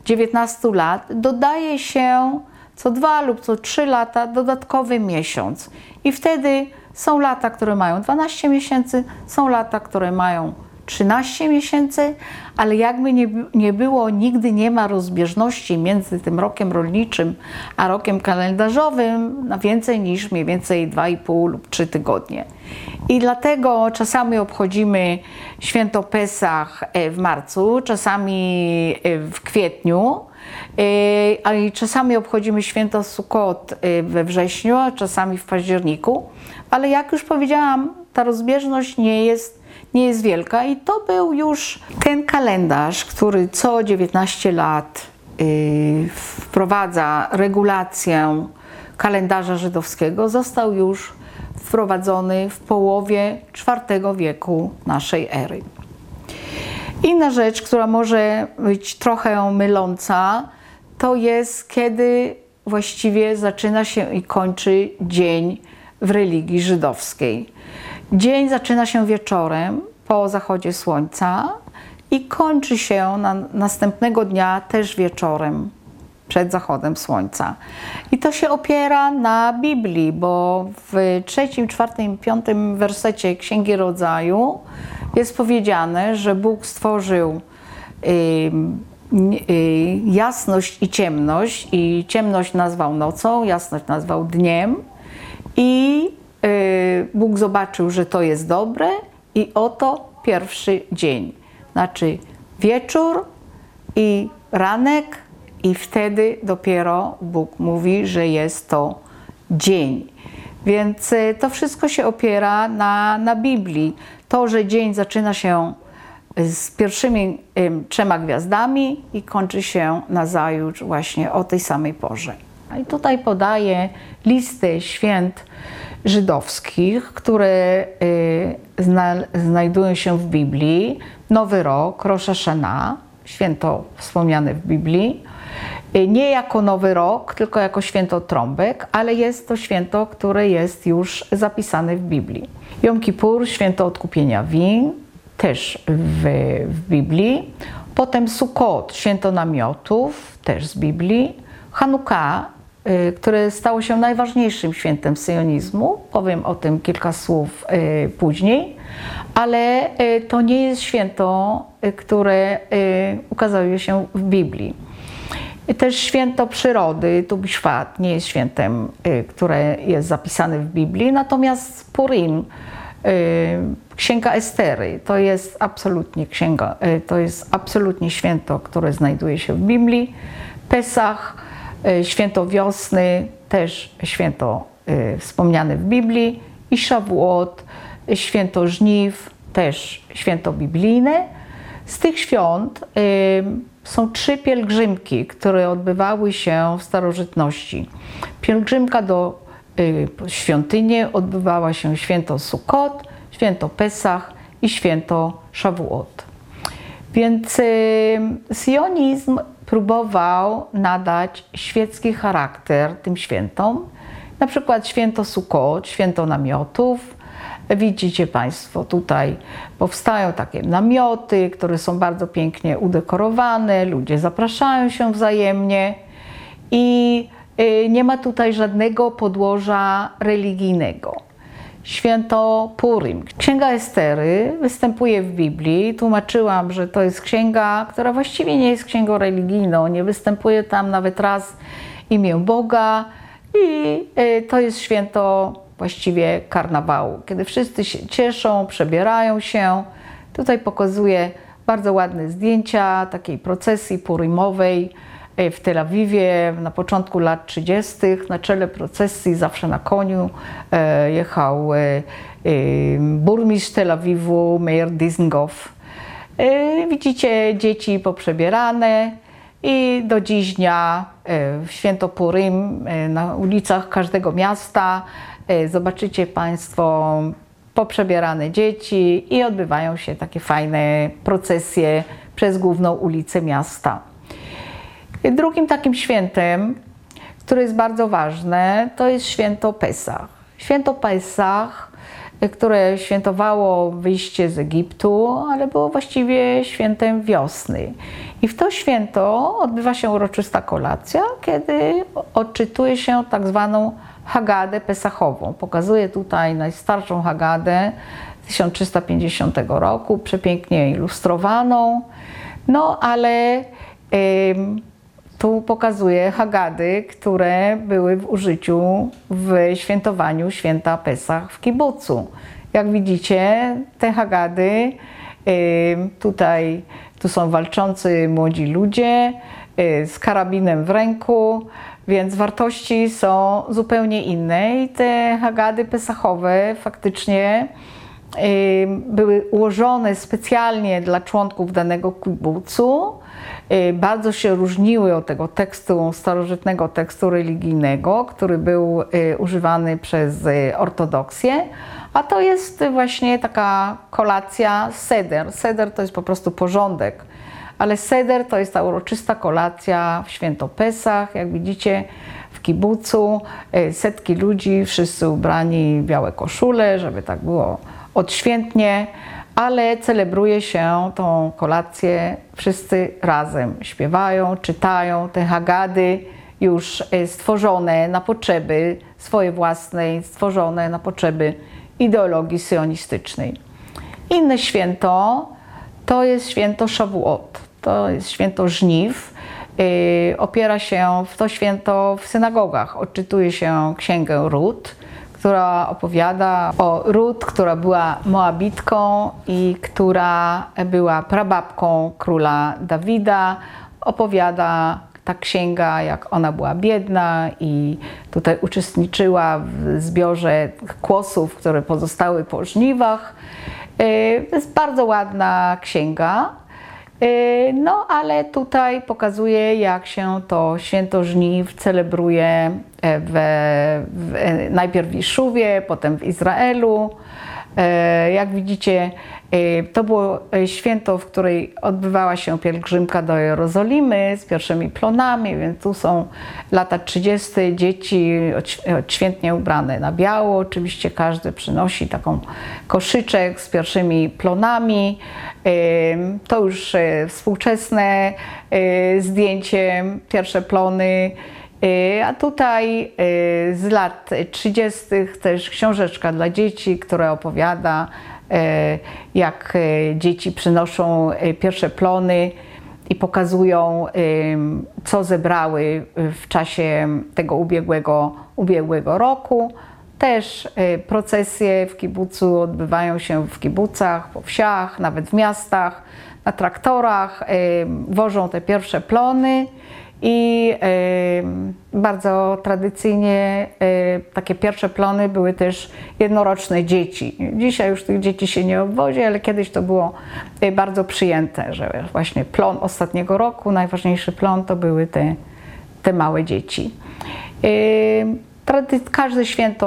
dziewiętnastu lat dodaje się co dwa lub co trzy lata dodatkowy miesiąc. I wtedy są lata, które mają dwanaście miesięcy, są lata, które mają trzynaście miesięcy, ale jakby nie, nie było, nigdy nie ma rozbieżności między tym rokiem rolniczym a rokiem kalendarzowym na więcej niż mniej więcej dwa i pół lub trzy tygodnie. I dlatego czasami obchodzimy święto Pesach w marcu, czasami w kwietniu, a czasami obchodzimy święto Sukkot we wrześniu, a czasami w październiku, ale jak już powiedziałam, ta rozbieżność nie jest nie jest wielka i to był już ten kalendarz, który co dziewiętnaście lat yy, wprowadza regulację kalendarza żydowskiego, został już wprowadzony w połowie czwartego wieku naszej ery. Inna rzecz, która może być trochę myląca, to jest kiedy właściwie zaczyna się i kończy dzień w religii żydowskiej. Dzień zaczyna się wieczorem po zachodzie słońca i kończy się na następnego dnia też wieczorem przed zachodem słońca. I to się opiera na Biblii, bo w trzecim, czwartym i piątym wersecie Księgi Rodzaju jest powiedziane, że Bóg stworzył y, y, jasność i ciemność i ciemność nazwał nocą, jasność nazwał dniem i Bóg zobaczył, że to jest dobre i oto pierwszy dzień. Znaczy wieczór i ranek i wtedy dopiero Bóg mówi, że jest to dzień. Więc to wszystko się opiera na, na Biblii. To, że dzień zaczyna się z pierwszymi um, trzema gwiazdami i kończy się nazajutrz właśnie o tej samej porze. I tutaj podaję listę święt żydowskich, które y, zna, znajdują się w Biblii. Nowy Rok, Rosh Hashana, święto wspomniane w Biblii. Y, nie jako Nowy Rok, tylko jako święto trąbek, ale jest to święto, które jest już zapisane w Biblii. Jom Kippur, święto odkupienia win, też w, w Biblii. Potem Sukkot, święto namiotów, też z Biblii. Chanukka, które stało się najważniejszym świętem syjonizmu. Powiem o tym kilka słów później, ale to nie jest święto, które ukazuje się w Biblii. Też święto przyrody, Tu Bishvat, nie jest świętem, które jest zapisane w Biblii, natomiast Purim, Księga Estery, to jest absolutnie księga, to jest absolutnie święto, które znajduje się w Biblii. Pesach, święto wiosny, też święto y, wspomniane w Biblii i Szawuot, święto żniw, też święto biblijne. Z tych świąt y, są trzy pielgrzymki, które odbywały się w starożytności. Pielgrzymka do y, świątyni odbywała się święto Sukkot, święto Pesach i święto Szawuot. Więc y, sionizm próbował nadać świecki charakter tym świętom. Na przykład święto Sukkot, święto namiotów. Widzicie Państwo, tutaj powstają takie namioty, które są bardzo pięknie udekorowane, ludzie zapraszają się wzajemnie i nie ma tutaj żadnego podłoża religijnego. Święto Purim. Księga Estery występuje w Biblii. Tłumaczyłam, że to jest księga, która właściwie nie jest księgą religijną. Nie występuje tam nawet raz imię Boga i to jest święto właściwie karnawału, kiedy wszyscy się cieszą, przebierają się. Tutaj pokazuję bardzo ładne zdjęcia takiej procesji purimowej w Tel Awiwie na początku lat trzydziestych. Na czele procesji, zawsze na koniu, jechał burmistrz Tel Awiwu, Meir Dizengoff. Widzicie dzieci poprzebierane i do dziś dnia w święto Purim na ulicach każdego miasta zobaczycie Państwo poprzebierane dzieci i odbywają się takie fajne procesje przez główną ulicę miasta. Drugim takim świętem, które jest bardzo ważne, to jest święto Pesach. Święto Pesach które świętowało wyjście z Egiptu, ale było właściwie świętem wiosny. I w to święto odbywa się uroczysta kolacja, kiedy odczytuje się tak zwaną Haggadę Pesachową. Pokazuję tutaj najstarszą Haggadę tysiąc trzysta pięćdziesiątego roku, przepięknie ilustrowaną. No ale y, tu pokazuję Haggady, które były w użyciu w świętowaniu święta Pesach w kibucu. Jak widzicie, te Haggady, y, tutaj tu są walczący młodzi ludzie y, z karabinem w ręku, więc wartości są zupełnie inne i te Haggady Pesachowe faktycznie były ułożone specjalnie dla członków danego kibucu. Bardzo się różniły od tego tekstu, starożytnego tekstu religijnego, który był używany przez ortodoksję, a to jest właśnie taka kolacja seder. Seder to jest po prostu porządek, ale seder to jest ta uroczysta kolacja w święto Pesach, jak widzicie w kibucu, setki ludzi, wszyscy ubrani w białe koszule, żeby tak było odświętnie, ale celebruje się tą kolację, wszyscy razem śpiewają, czytają te Haggady już stworzone na potrzeby swoje własnej, stworzone na potrzeby ideologii sionistycznej. Inne święto to jest święto Szawuot, to jest święto żniw. Yy, opiera się w to święto w synagogach, odczytuje się księgę Rut, która opowiada o Rut, która była Moabitką i która była prababką króla Dawida. Opowiada ta księga, jak ona była biedna i tutaj uczestniczyła w zbiorze kłosów, które pozostały po żniwach. To jest bardzo ładna księga. No, ale tutaj pokazuje, jak się to święto żniw celebruje w, w, najpierw w Iszuwie, potem w Izraelu. Jak widzicie, to było święto, w której odbywała się pielgrzymka do Jerozolimy z pierwszymi plonami, więc tu są lata trzydzieste, dzieci odświętnie ubrane na biało. Oczywiście każdy przynosi taką koszyczek z pierwszymi plonami. To już współczesne zdjęcie, pierwsze plony. A tutaj z lat trzydziestych też książeczka dla dzieci, która opowiada, jak dzieci przynoszą pierwsze plony i pokazują, co zebrały w czasie tego ubiegłego, ubiegłego roku. Też procesje w kibucu odbywają się w kibucach, po wsiach, nawet w miastach, na traktorach, wożą te pierwsze plony. I y, bardzo tradycyjnie y, takie pierwsze plony były też jednoroczne dzieci. Dzisiaj już tych dzieci się nie obwozi, ale kiedyś to było y, bardzo przyjęte, że właśnie plon ostatniego roku, najważniejszy plon to były te, te małe dzieci. Y, Każde święto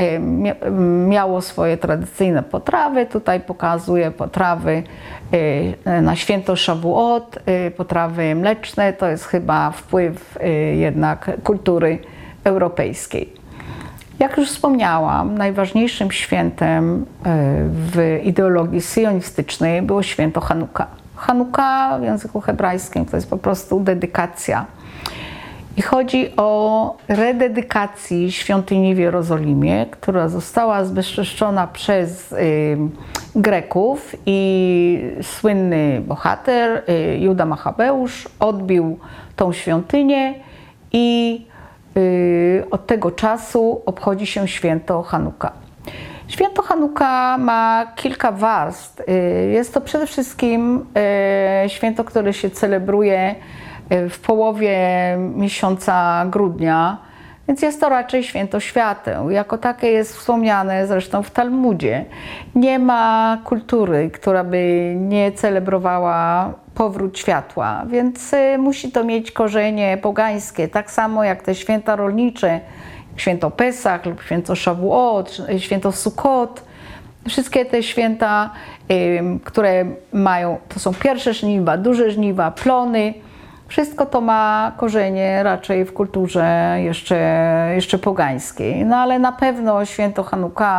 miało swoje tradycyjne potrawy. Tutaj pokazuję potrawy na święto Szawuot, potrawy mleczne. To jest chyba wpływ jednak kultury europejskiej. Jak już wspomniałam, najważniejszym świętem w ideologii sionistycznej było święto Chanuka. Chanuka w języku hebrajskim to jest po prostu dedykacja. I chodzi o rededykację świątyni w Jerozolimie, która została zbezczeszczona przez y, Greków i słynny bohater y, Juda Machabeusz odbił tą świątynię i y, od tego czasu obchodzi się święto Chanuka. Święto Chanuka ma kilka warstw. Y, jest to przede wszystkim y, święto, które się celebruje w połowie miesiąca grudnia, więc jest to raczej święto świateł. Jako takie jest wspomniane zresztą w Talmudzie. Nie ma kultury, która by nie celebrowała powrót światła, więc musi to mieć korzenie pogańskie, tak samo jak te święta rolnicze, święto Pesach lub święto Szawuot, święto Sukkot. Wszystkie te święta, które mają, to są pierwsze żniwa, duże żniwa, plony. Wszystko to ma korzenie raczej w kulturze jeszcze, jeszcze pogańskiej. No ale na pewno święto Chanuka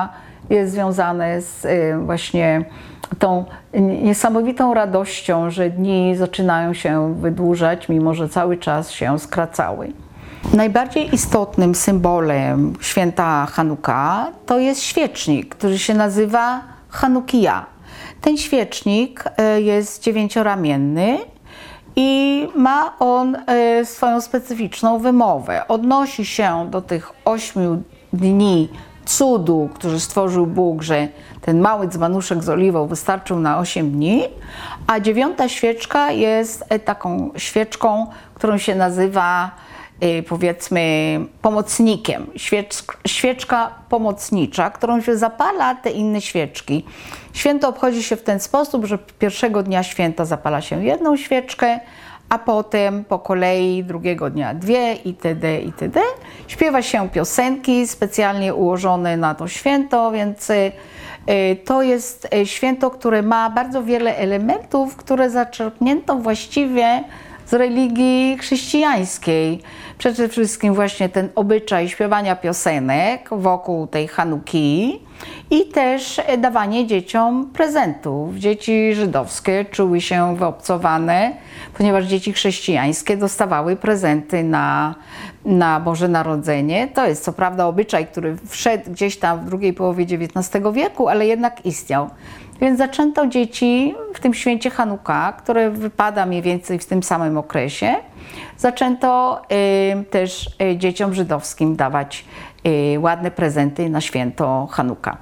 jest związane z właśnie tą niesamowitą radością, że dni zaczynają się wydłużać, mimo że cały czas się skracały. Najbardziej istotnym symbolem święta Chanukka to jest świecznik, który się nazywa Chanukija. Ten świecznik jest dziewięcioramienny i ma on swoją specyficzną wymowę. Odnosi się do tych ośmiu dni cudu, który stworzył Bóg, że ten mały dzbanuszek z oliwą wystarczył na osiem dni, a dziewiąta świeczka jest taką świeczką, którą się nazywa, powiedzmy, pomocnikiem. Świecz, świeczka pomocnicza, którą się zapala te inne świeczki. Święto obchodzi się w ten sposób, że pierwszego dnia święta zapala się jedną świeczkę, a potem po kolei drugiego dnia dwie itd. itd. Śpiewa się piosenki specjalnie ułożone na to święto, więc to jest święto, które ma bardzo wiele elementów, które zaczerpnięto właściwie z religii chrześcijańskiej. Przede wszystkim właśnie ten obyczaj śpiewania piosenek wokół tej Chanukki i też dawanie dzieciom prezentów. Dzieci żydowskie czuły się wyobcowane, ponieważ dzieci chrześcijańskie dostawały prezenty na, na Boże Narodzenie. To jest co prawda obyczaj, który wszedł gdzieś tam w drugiej połowie dziewiętnastego wieku, ale jednak istniał. Więc zaczęto dzieci w tym święcie Chanukka, które wypada mniej więcej w tym samym okresie, zaczęto y, też y, dzieciom żydowskim dawać y, ładne prezenty na święto Chanukka.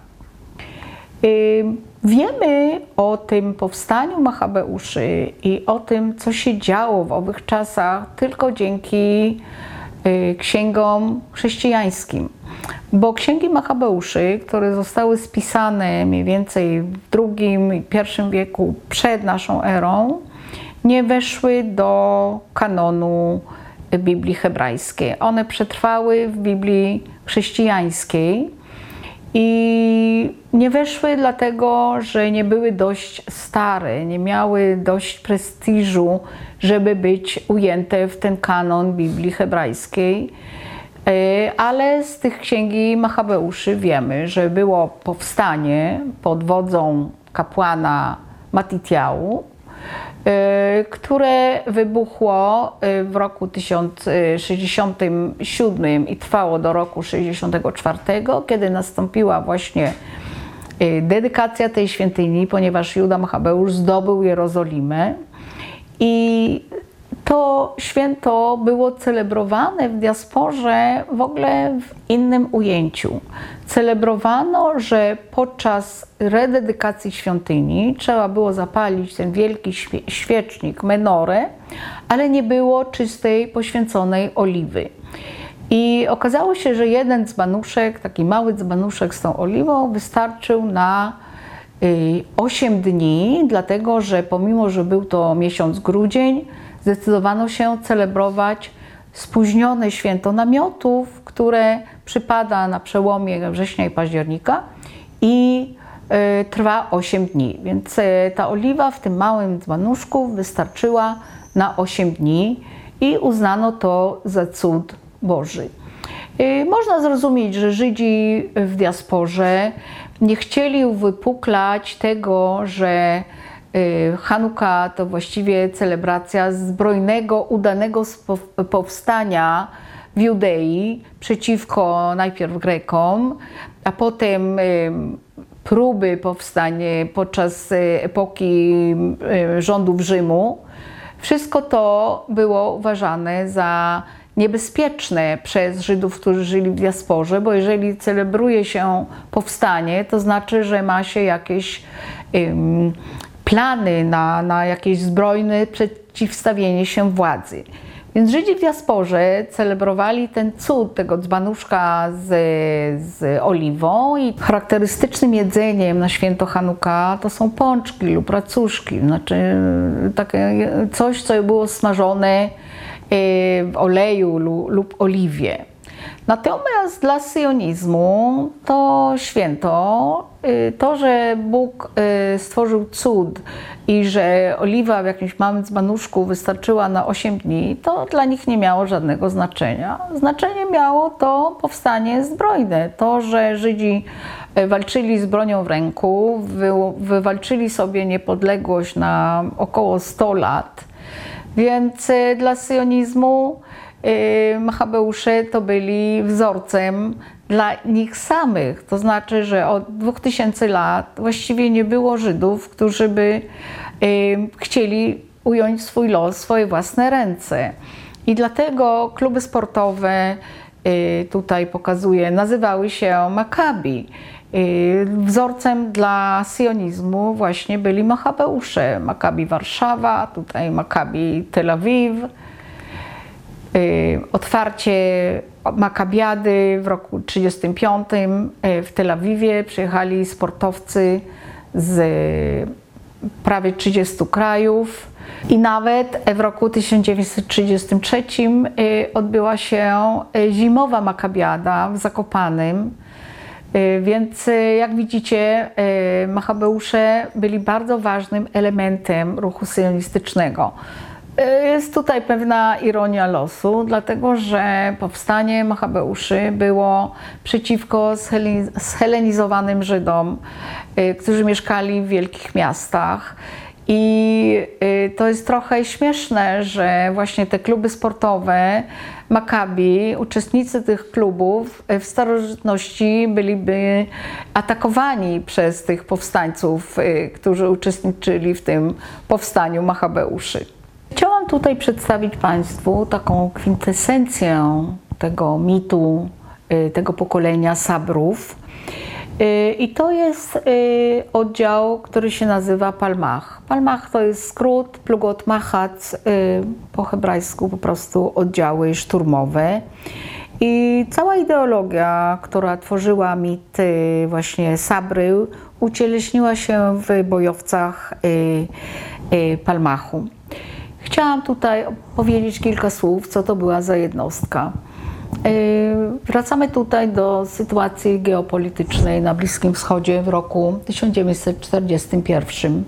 Y, wiemy o tym powstaniu Machabeuszy i o tym, co się działo w owych czasach, tylko dzięki y, księgom chrześcijańskim. Bo księgi Machabeuszy, które zostały spisane mniej więcej w drugim i pierwszym wieku przed naszą erą, nie weszły do kanonu Biblii hebrajskiej. One przetrwały w Biblii chrześcijańskiej i nie weszły dlatego, że nie były dość stare, nie miały dość prestiżu, żeby być ujęte w ten kanon Biblii hebrajskiej. Ale z tych księgi Machabeuszy wiemy, że było powstanie pod wodzą kapłana Matitiału, które wybuchło w roku tysiąc sześćdziesiątym siódmym i trwało do roku sześćdziesiątego czwartego, kiedy nastąpiła właśnie dedykacja tej świątyni, ponieważ Juda Machabeusz zdobył Jerozolimę i to święto było celebrowane w diasporze w ogóle w innym ujęciu. Celebrowano, że podczas rededykacji świątyni trzeba było zapalić ten wielki świecznik, menorę, ale nie było czystej, poświęconej oliwy. I okazało się, że jeden dzbanuszek, taki mały dzbanuszek z tą oliwą wystarczył na osiem dni, dlatego że pomimo, że był to miesiąc grudzień, zdecydowano się celebrować spóźnione święto namiotów, które przypada na przełomie września i października i y, trwa osiem dni. Więc y, ta oliwa w tym małym dzbanuszku wystarczyła na osiem dni i uznano to za cud Boży. Y, można zrozumieć, że Żydzi w diasporze nie chcieli uwypuklać tego, że Chanukka to właściwie celebracja zbrojnego, udanego powstania w Judei przeciwko najpierw Grekom, a potem próby powstania podczas epoki rządów Rzymu. Wszystko to było uważane za niebezpieczne przez Żydów, którzy żyli w diasporze, bo jeżeli celebruje się powstanie, to znaczy, że ma się jakieś um, plany na, na jakieś zbrojne przeciwstawienie się władzy. Więc Żydzi w diasporze celebrowali ten cud tego dzbanuszka z, z oliwą i charakterystycznym jedzeniem na święto Chanukka to są pączki lub racuszki, znaczy takie coś, co było smażone w oleju lub oliwie. Natomiast dla syjonizmu to święto, to, że Bóg stworzył cud i że oliwa w jakimś małym dzbanuszku wystarczyła na osiem dni, to dla nich nie miało żadnego znaczenia. Znaczenie miało to powstanie zbrojne, to, że Żydzi walczyli z bronią w ręku, wy, wywalczyli sobie niepodległość na około sto lat, więc dla syjonizmu Machabeusze to byli wzorcem dla nich samych. To znaczy, że od dwóch tysięcy lat właściwie nie było Żydów, którzy by chcieli ująć swój los w swoje własne ręce. I dlatego kluby sportowe, tutaj pokazuję, nazywały się Maccabi. Wzorcem dla syjonizmu właśnie byli Machabeusze. Maccabi Warszawa, tutaj Maccabi Tel Awiw. Otwarcie Makabiady w roku tysiąc dziewięćset trzydziestym piątym w Tel Awiwie przyjechali sportowcy z prawie trzydziestu krajów i nawet w roku tysiąc dziewięćset trzydziestym trzecim odbyła się zimowa Makabiada w Zakopanem. Więc jak widzicie, Machabeusze byli bardzo ważnym elementem ruchu syjonistycznego. Jest tutaj pewna ironia losu, dlatego że powstanie Machabeuszy było przeciwko zhelenizowanym Żydom, którzy mieszkali w wielkich miastach. I to jest trochę śmieszne, że właśnie te kluby sportowe Maccabi, uczestnicy tych klubów w starożytności byliby atakowani przez tych powstańców, którzy uczestniczyli w tym powstaniu Machabeuszy. Chciałam tutaj przedstawić Państwu taką kwintesencję tego mitu, tego pokolenia Sabrów. I to jest oddział, który się nazywa Palmach. Palmach to jest skrót plugot machac, po hebrajsku po prostu oddziały szturmowe. I cała ideologia, która tworzyła mit właśnie Sabry, ucieleśniła się w bojowcach Palmachu. Chciałam tutaj powiedzieć kilka słów, co to była za jednostka. Wracamy tutaj do sytuacji geopolitycznej na Bliskim Wschodzie w roku tysiąc dziewięćset czterdziestym pierwszym.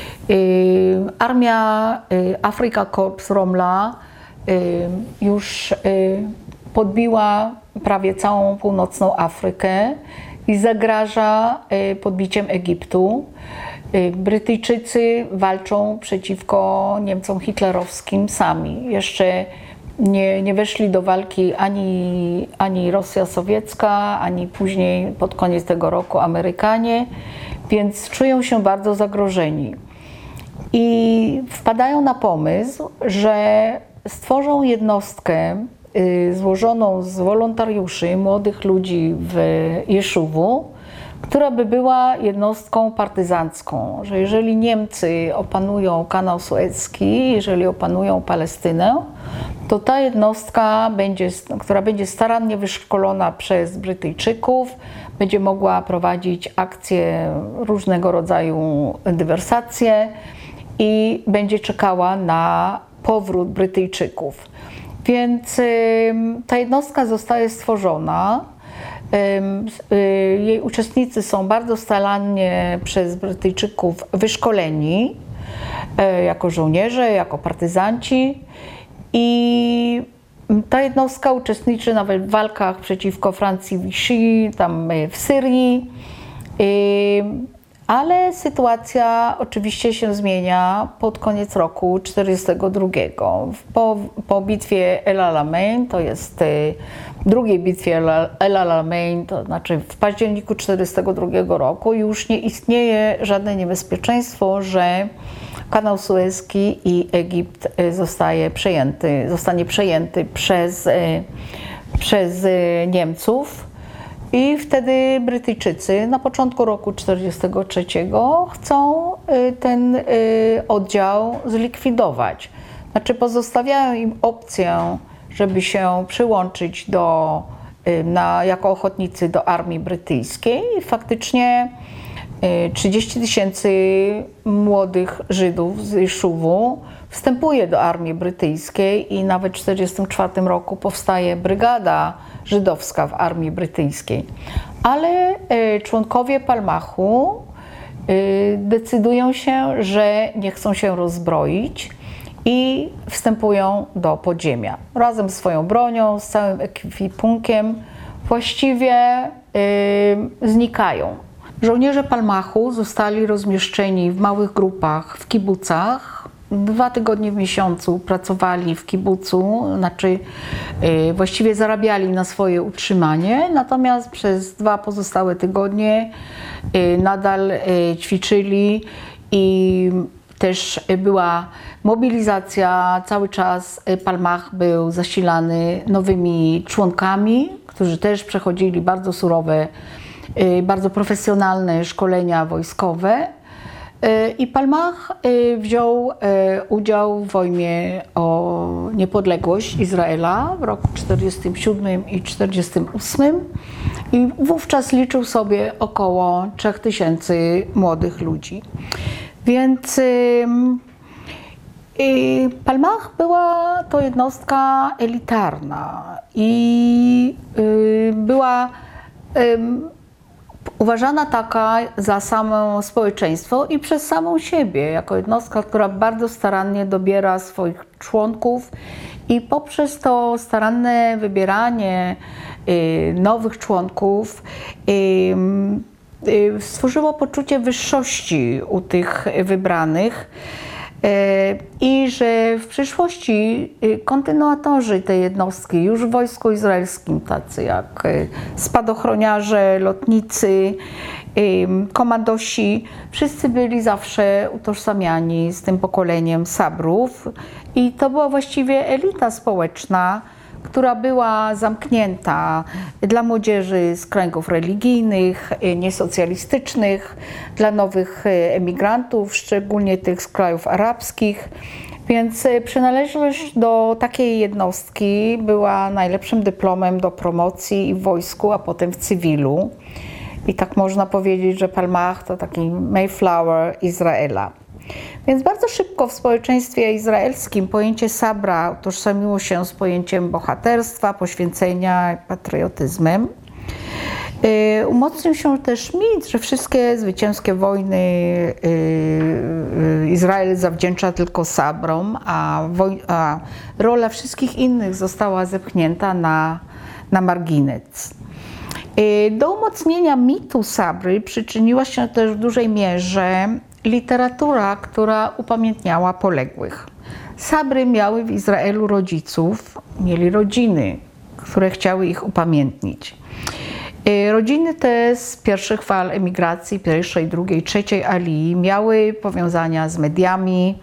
Armia Afrika Korps Rommela już podbiła prawie całą północną Afrykę i zagraża podbiciem Egiptu. Brytyjczycy walczą przeciwko Niemcom hitlerowskim sami. Jeszcze nie, nie weszli do walki ani, ani Rosja sowiecka, ani później pod koniec tego roku Amerykanie, więc czują się bardzo zagrożeni. I wpadają na pomysł, że stworzą jednostkę y, złożoną z wolontariuszy, młodych ludzi w Jeszuwu, która by była jednostką partyzancką, że jeżeli Niemcy opanują kanał Suecki, jeżeli opanują Palestynę, to ta jednostka, będzie, która będzie starannie wyszkolona przez Brytyjczyków, będzie mogła prowadzić akcje, różnego rodzaju dywersacje i będzie czekała na powrót Brytyjczyków. Więc ta jednostka zostaje stworzona. Jej uczestnicy są bardzo starannie przez Brytyjczyków wyszkoleni jako żołnierze, jako partyzanci i ta jednostka uczestniczy nawet w walkach przeciwko Francji Vichy, tam w Syrii, ale sytuacja oczywiście się zmienia pod koniec roku tysiąc dziewięćset czterdziestego drugiego. Po, po bitwie El Alamein, to jest drugiej bitwie El Alamein, to znaczy w październiku tysiąc dziewięćset czterdziestego drugiego roku, już nie istnieje żadne niebezpieczeństwo, że kanał Suezki i Egipt zostaje przejęty, zostanie przejęty przez, przez Niemców. I wtedy Brytyjczycy na początku roku tysiąc dziewięćset czterdziestego trzeciego chcą ten oddział zlikwidować. Znaczy pozostawiają im opcję, żeby się przyłączyć do, na, jako ochotnicy do armii brytyjskiej i faktycznie trzydzieści tysięcy młodych Żydów z Jeszuwu wstępuje do armii brytyjskiej i nawet w tysiąc dziewięćset czterdziestym czwartym roku powstaje brygada żydowska w armii brytyjskiej. Ale członkowie Palmachu decydują się, że nie chcą się rozbroić i wstępują do podziemia. Razem z swoją bronią, z całym ekwipunkiem właściwie yy, znikają. Żołnierze Palmachu zostali rozmieszczeni w małych grupach w kibucach. Dwa tygodnie w miesiącu pracowali w kibucu, znaczy yy, właściwie zarabiali na swoje utrzymanie, natomiast przez dwa pozostałe tygodnie yy, nadal yy, ćwiczyli i też była mobilizacja, cały czas Palmach był zasilany nowymi członkami, którzy też przechodzili bardzo surowe, bardzo profesjonalne szkolenia wojskowe. I Palmach wziął udział w wojnie o niepodległość Izraela w roku czterdziestym siódmym i czterdziestym ósmym i wówczas liczył sobie około trzech tysięcy młodych ludzi. Więc y, y, Palmach była to jednostka elitarna i y, była y, uważana taka za samo społeczeństwo i przez samą siebie, jako jednostka, która bardzo starannie dobiera swoich członków i poprzez to staranne wybieranie y, nowych członków y, stworzyło poczucie wyższości u tych wybranych i że w przyszłości kontynuatorzy tej jednostki już w wojsku izraelskim, tacy jak spadochroniarze, lotnicy, komandosi, wszyscy byli zawsze utożsamiani z tym pokoleniem Sabrów i to była właściwie elita społeczna, która była zamknięta dla młodzieży z kręgów religijnych, niesocjalistycznych, dla nowych emigrantów, szczególnie tych z krajów arabskich. Więc przynależność do takiej jednostki była najlepszym dyplomem do promocji w wojsku, a potem w cywilu. I tak można powiedzieć, że Palmach to taki Mayflower Izraela. Więc bardzo szybko w społeczeństwie izraelskim pojęcie Sabra utożsamiło się z pojęciem bohaterstwa, poświęcenia i patriotyzmem. Yy, umocnił się też mit, że wszystkie zwycięskie wojny yy, yy, Izrael zawdzięcza tylko Sabrom, a, woj- a rola wszystkich innych została zepchnięta na, na margines. Yy, do umocnienia mitu Sabry przyczyniła się też w dużej mierze literatura, która upamiętniała poległych. Sabry miały w Izraelu rodziców, mieli rodziny, które chciały ich upamiętnić. Rodziny te z pierwszych fal emigracji, pierwszej, drugiej, trzeciej alii, miały powiązania z mediami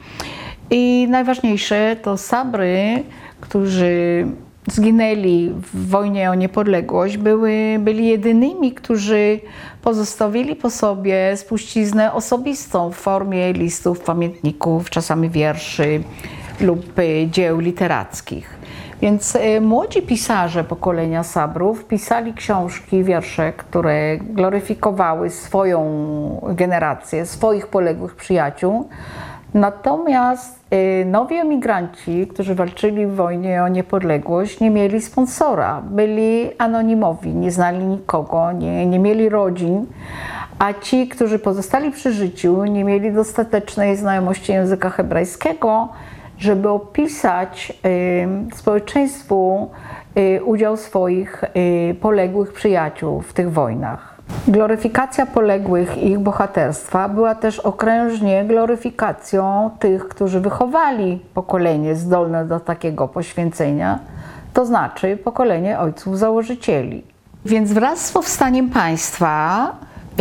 i najważniejsze to Sabry, którzy zginęli w wojnie o niepodległość, były, byli jedynymi, którzy pozostawili po sobie spuściznę osobistą w formie listów, pamiętników, czasami wierszy lub dzieł literackich. Więc młodzi pisarze pokolenia Sabrów pisali książki, wiersze, które gloryfikowały swoją generację, swoich poległych przyjaciół. Natomiast nowi emigranci, którzy walczyli w wojnie o niepodległość, nie mieli sponsora, byli anonimowi, nie znali nikogo, nie, nie mieli rodzin, a ci, którzy pozostali przy życiu, nie mieli dostatecznej znajomości języka hebrajskiego, żeby opisać y, społeczeństwu y, udział swoich y, poległych przyjaciół w tych wojnach. Gloryfikacja poległych i ich bohaterstwa była też okrężnie gloryfikacją tych, którzy wychowali pokolenie zdolne do takiego poświęcenia, to znaczy pokolenie ojców założycieli. Więc wraz z powstaniem państwa yy,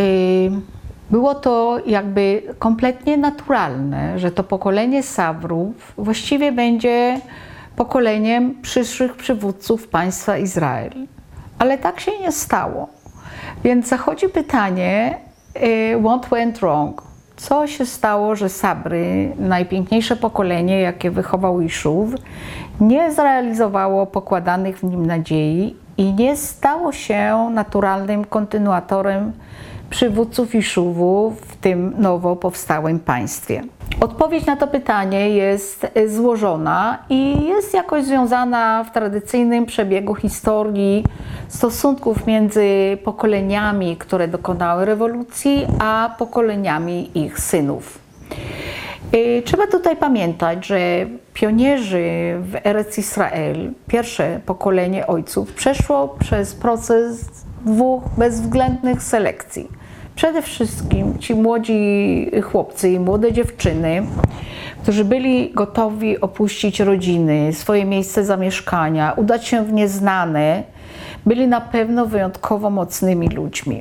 było to jakby kompletnie naturalne, że to pokolenie Sabrów właściwie będzie pokoleniem przyszłych przywódców państwa Izrael. Ale tak się nie stało. Więc zachodzi pytanie, what went wrong? Co się stało, że Sabry, najpiękniejsze pokolenie, jakie wychował Jeszuw, nie zrealizowało pokładanych w nim nadziei i nie stało się naturalnym kontynuatorem przywódców Jeszuwu w tym nowo powstałym państwie. Odpowiedź na to pytanie jest złożona i jest jakoś związana w tradycyjnym przebiegu historii stosunków między pokoleniami, które dokonały rewolucji, a pokoleniami ich synów. Trzeba tutaj pamiętać, że pionierzy w Eretz Israel, pierwsze pokolenie ojców, przeszło przez proces dwóch bezwzględnych selekcji. Przede wszystkim ci młodzi chłopcy i młode dziewczyny, którzy byli gotowi opuścić rodziny, swoje miejsce zamieszkania, udać się w nieznane, byli na pewno wyjątkowo mocnymi ludźmi.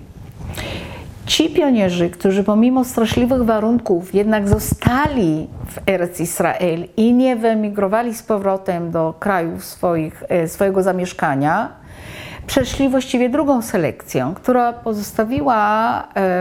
Ci pionierzy, którzy pomimo straszliwych warunków jednak zostali w Eretz Israel i nie wyemigrowali z powrotem do krajów swoich, swojego zamieszkania, przeszli właściwie drugą selekcję, która pozostawiła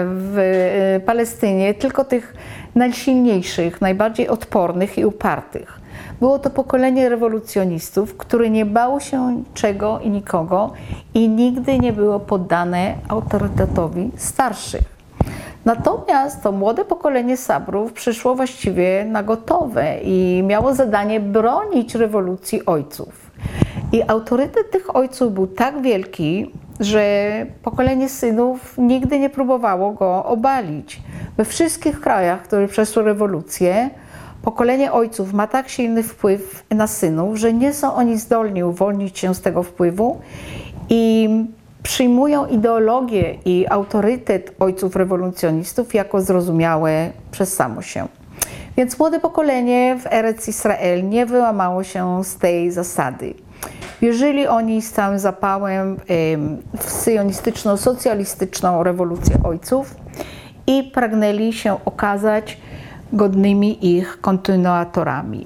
w Palestynie tylko tych najsilniejszych, najbardziej odpornych i upartych. Było to pokolenie rewolucjonistów, które nie bało się czego i nikogo i nigdy nie było poddane autorytetowi starszych. Natomiast to młode pokolenie Sabrów przyszło właściwie na gotowe i miało zadanie bronić rewolucji ojców. I autorytet tych ojców był tak wielki, że pokolenie synów nigdy nie próbowało go obalić. We wszystkich krajach, które przeszły rewolucję, pokolenie ojców ma tak silny wpływ na synów, że nie są oni zdolni uwolnić się z tego wpływu i przyjmują ideologię i autorytet ojców rewolucjonistów jako zrozumiałe przez samo się. Więc młode pokolenie w Eretz Israel nie wyłamało się z tej zasady. Wierzyli oni z całym zapałem w syjonistyczno-socjalistyczną rewolucję ojców i pragnęli się okazać godnymi ich kontynuatorami.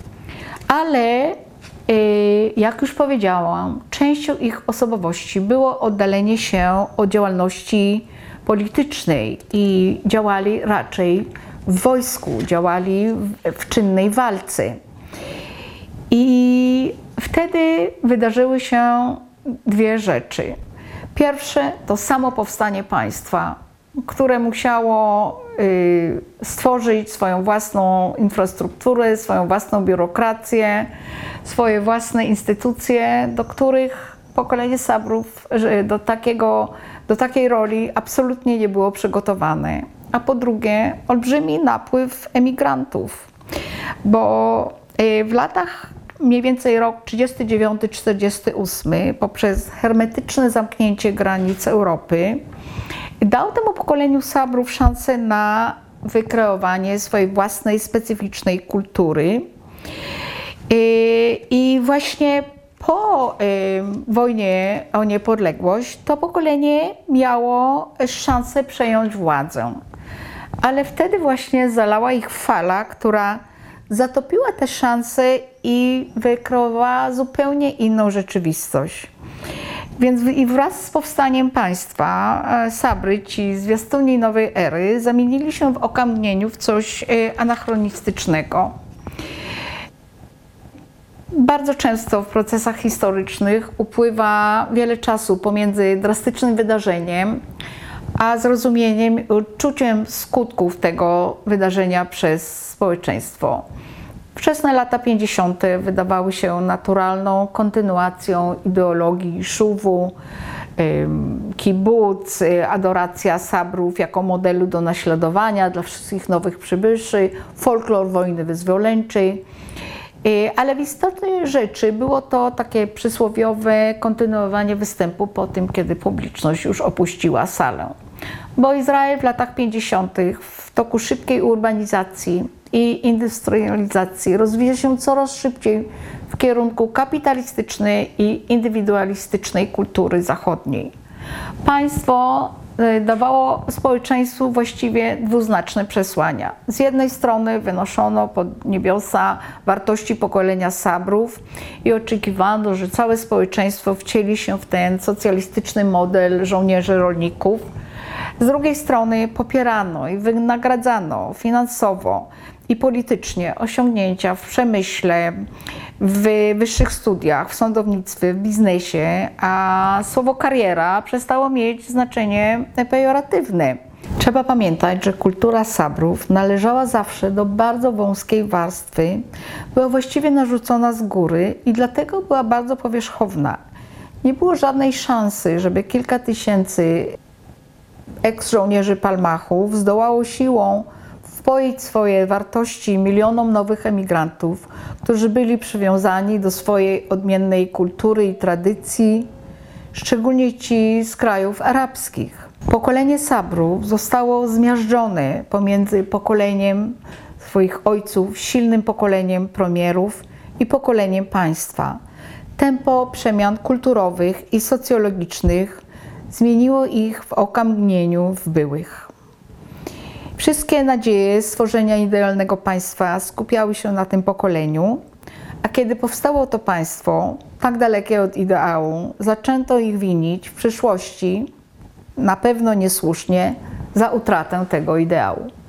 Ale, jak już powiedziałam, częścią ich osobowości było oddalenie się od działalności politycznej i działali raczej w wojsku, działali w czynnej walce. I wtedy wydarzyły się dwie rzeczy. Pierwsze to samo powstanie państwa, które musiało stworzyć swoją własną infrastrukturę, swoją własną biurokrację, swoje własne instytucje, do których pokolenie Sabrów do, takiego, do takiej roli absolutnie nie było przygotowane. A po drugie, olbrzymi napływ emigrantów, bo w latach mniej więcej rok trzydziesty dziewiąty czterdziesty ósmy poprzez hermetyczne zamknięcie granic Europy dał temu pokoleniu Sabrów szansę na wykreowanie swojej własnej, specyficznej kultury. I właśnie po wojnie o niepodległość to pokolenie miało szansę przejąć władzę. Ale wtedy właśnie zalała ich fala, która zatopiła te szanse i wykreowała zupełnie inną rzeczywistość. Więc i wraz z powstaniem państwa Sabry, ci zwiastuni nowej ery, zamienili się w okamgnieniu w coś anachronistycznego. Bardzo często w procesach historycznych upływa wiele czasu pomiędzy drastycznym wydarzeniem a zrozumieniem i odczuciem skutków tego wydarzenia przez społeczeństwo. Wczesne lata pięćdziesiąte wydawały się naturalną kontynuacją ideologii Jeszuwu, kibuc, adoracja Sabrów jako modelu do naśladowania dla wszystkich nowych przybyszy, folklor wojny wyzwoleńczej. Ale w istotnej rzeczy było to takie przysłowiowe kontynuowanie występu po tym, kiedy publiczność już opuściła salę. Bo Izrael w latach pięćdziesiątych w toku szybkiej urbanizacji i industrializacji rozwija się coraz szybciej w kierunku kapitalistycznej i indywidualistycznej kultury zachodniej. Państwo dawało społeczeństwu właściwie dwuznaczne przesłania. Z jednej strony wynoszono pod niebiosa wartości pokolenia Sabrów i oczekiwano, że całe społeczeństwo wcieli się w ten socjalistyczny model żołnierzy rolników, Z drugiej strony popierano i wynagradzano finansowo i politycznie osiągnięcia w przemyśle, w wyższych studiach, w sądownictwie, w biznesie, a słowo kariera przestało mieć znaczenie pejoratywne. Trzeba pamiętać, że kultura Sabrów należała zawsze do bardzo wąskiej warstwy, była właściwie narzucona z góry i dlatego była bardzo powierzchowna. Nie było żadnej szansy, żeby kilka tysięcy eks-żołnierzy Palmachów zdołało siłą wpoić swoje wartości milionom nowych emigrantów, którzy byli przywiązani do swojej odmiennej kultury i tradycji, szczególnie ci z krajów arabskich. Pokolenie Sabrów zostało zmiażdżone pomiędzy pokoleniem swoich ojców, silnym pokoleniem premierów i pokoleniem państwa. Tempo przemian kulturowych i socjologicznych zmieniło ich w okamgnieniu w byłych. Wszystkie nadzieje stworzenia idealnego państwa skupiały się na tym pokoleniu, a kiedy powstało to państwo, tak dalekie od ideału, zaczęto ich winić w przyszłości, na pewno niesłusznie, za utratę tego ideału.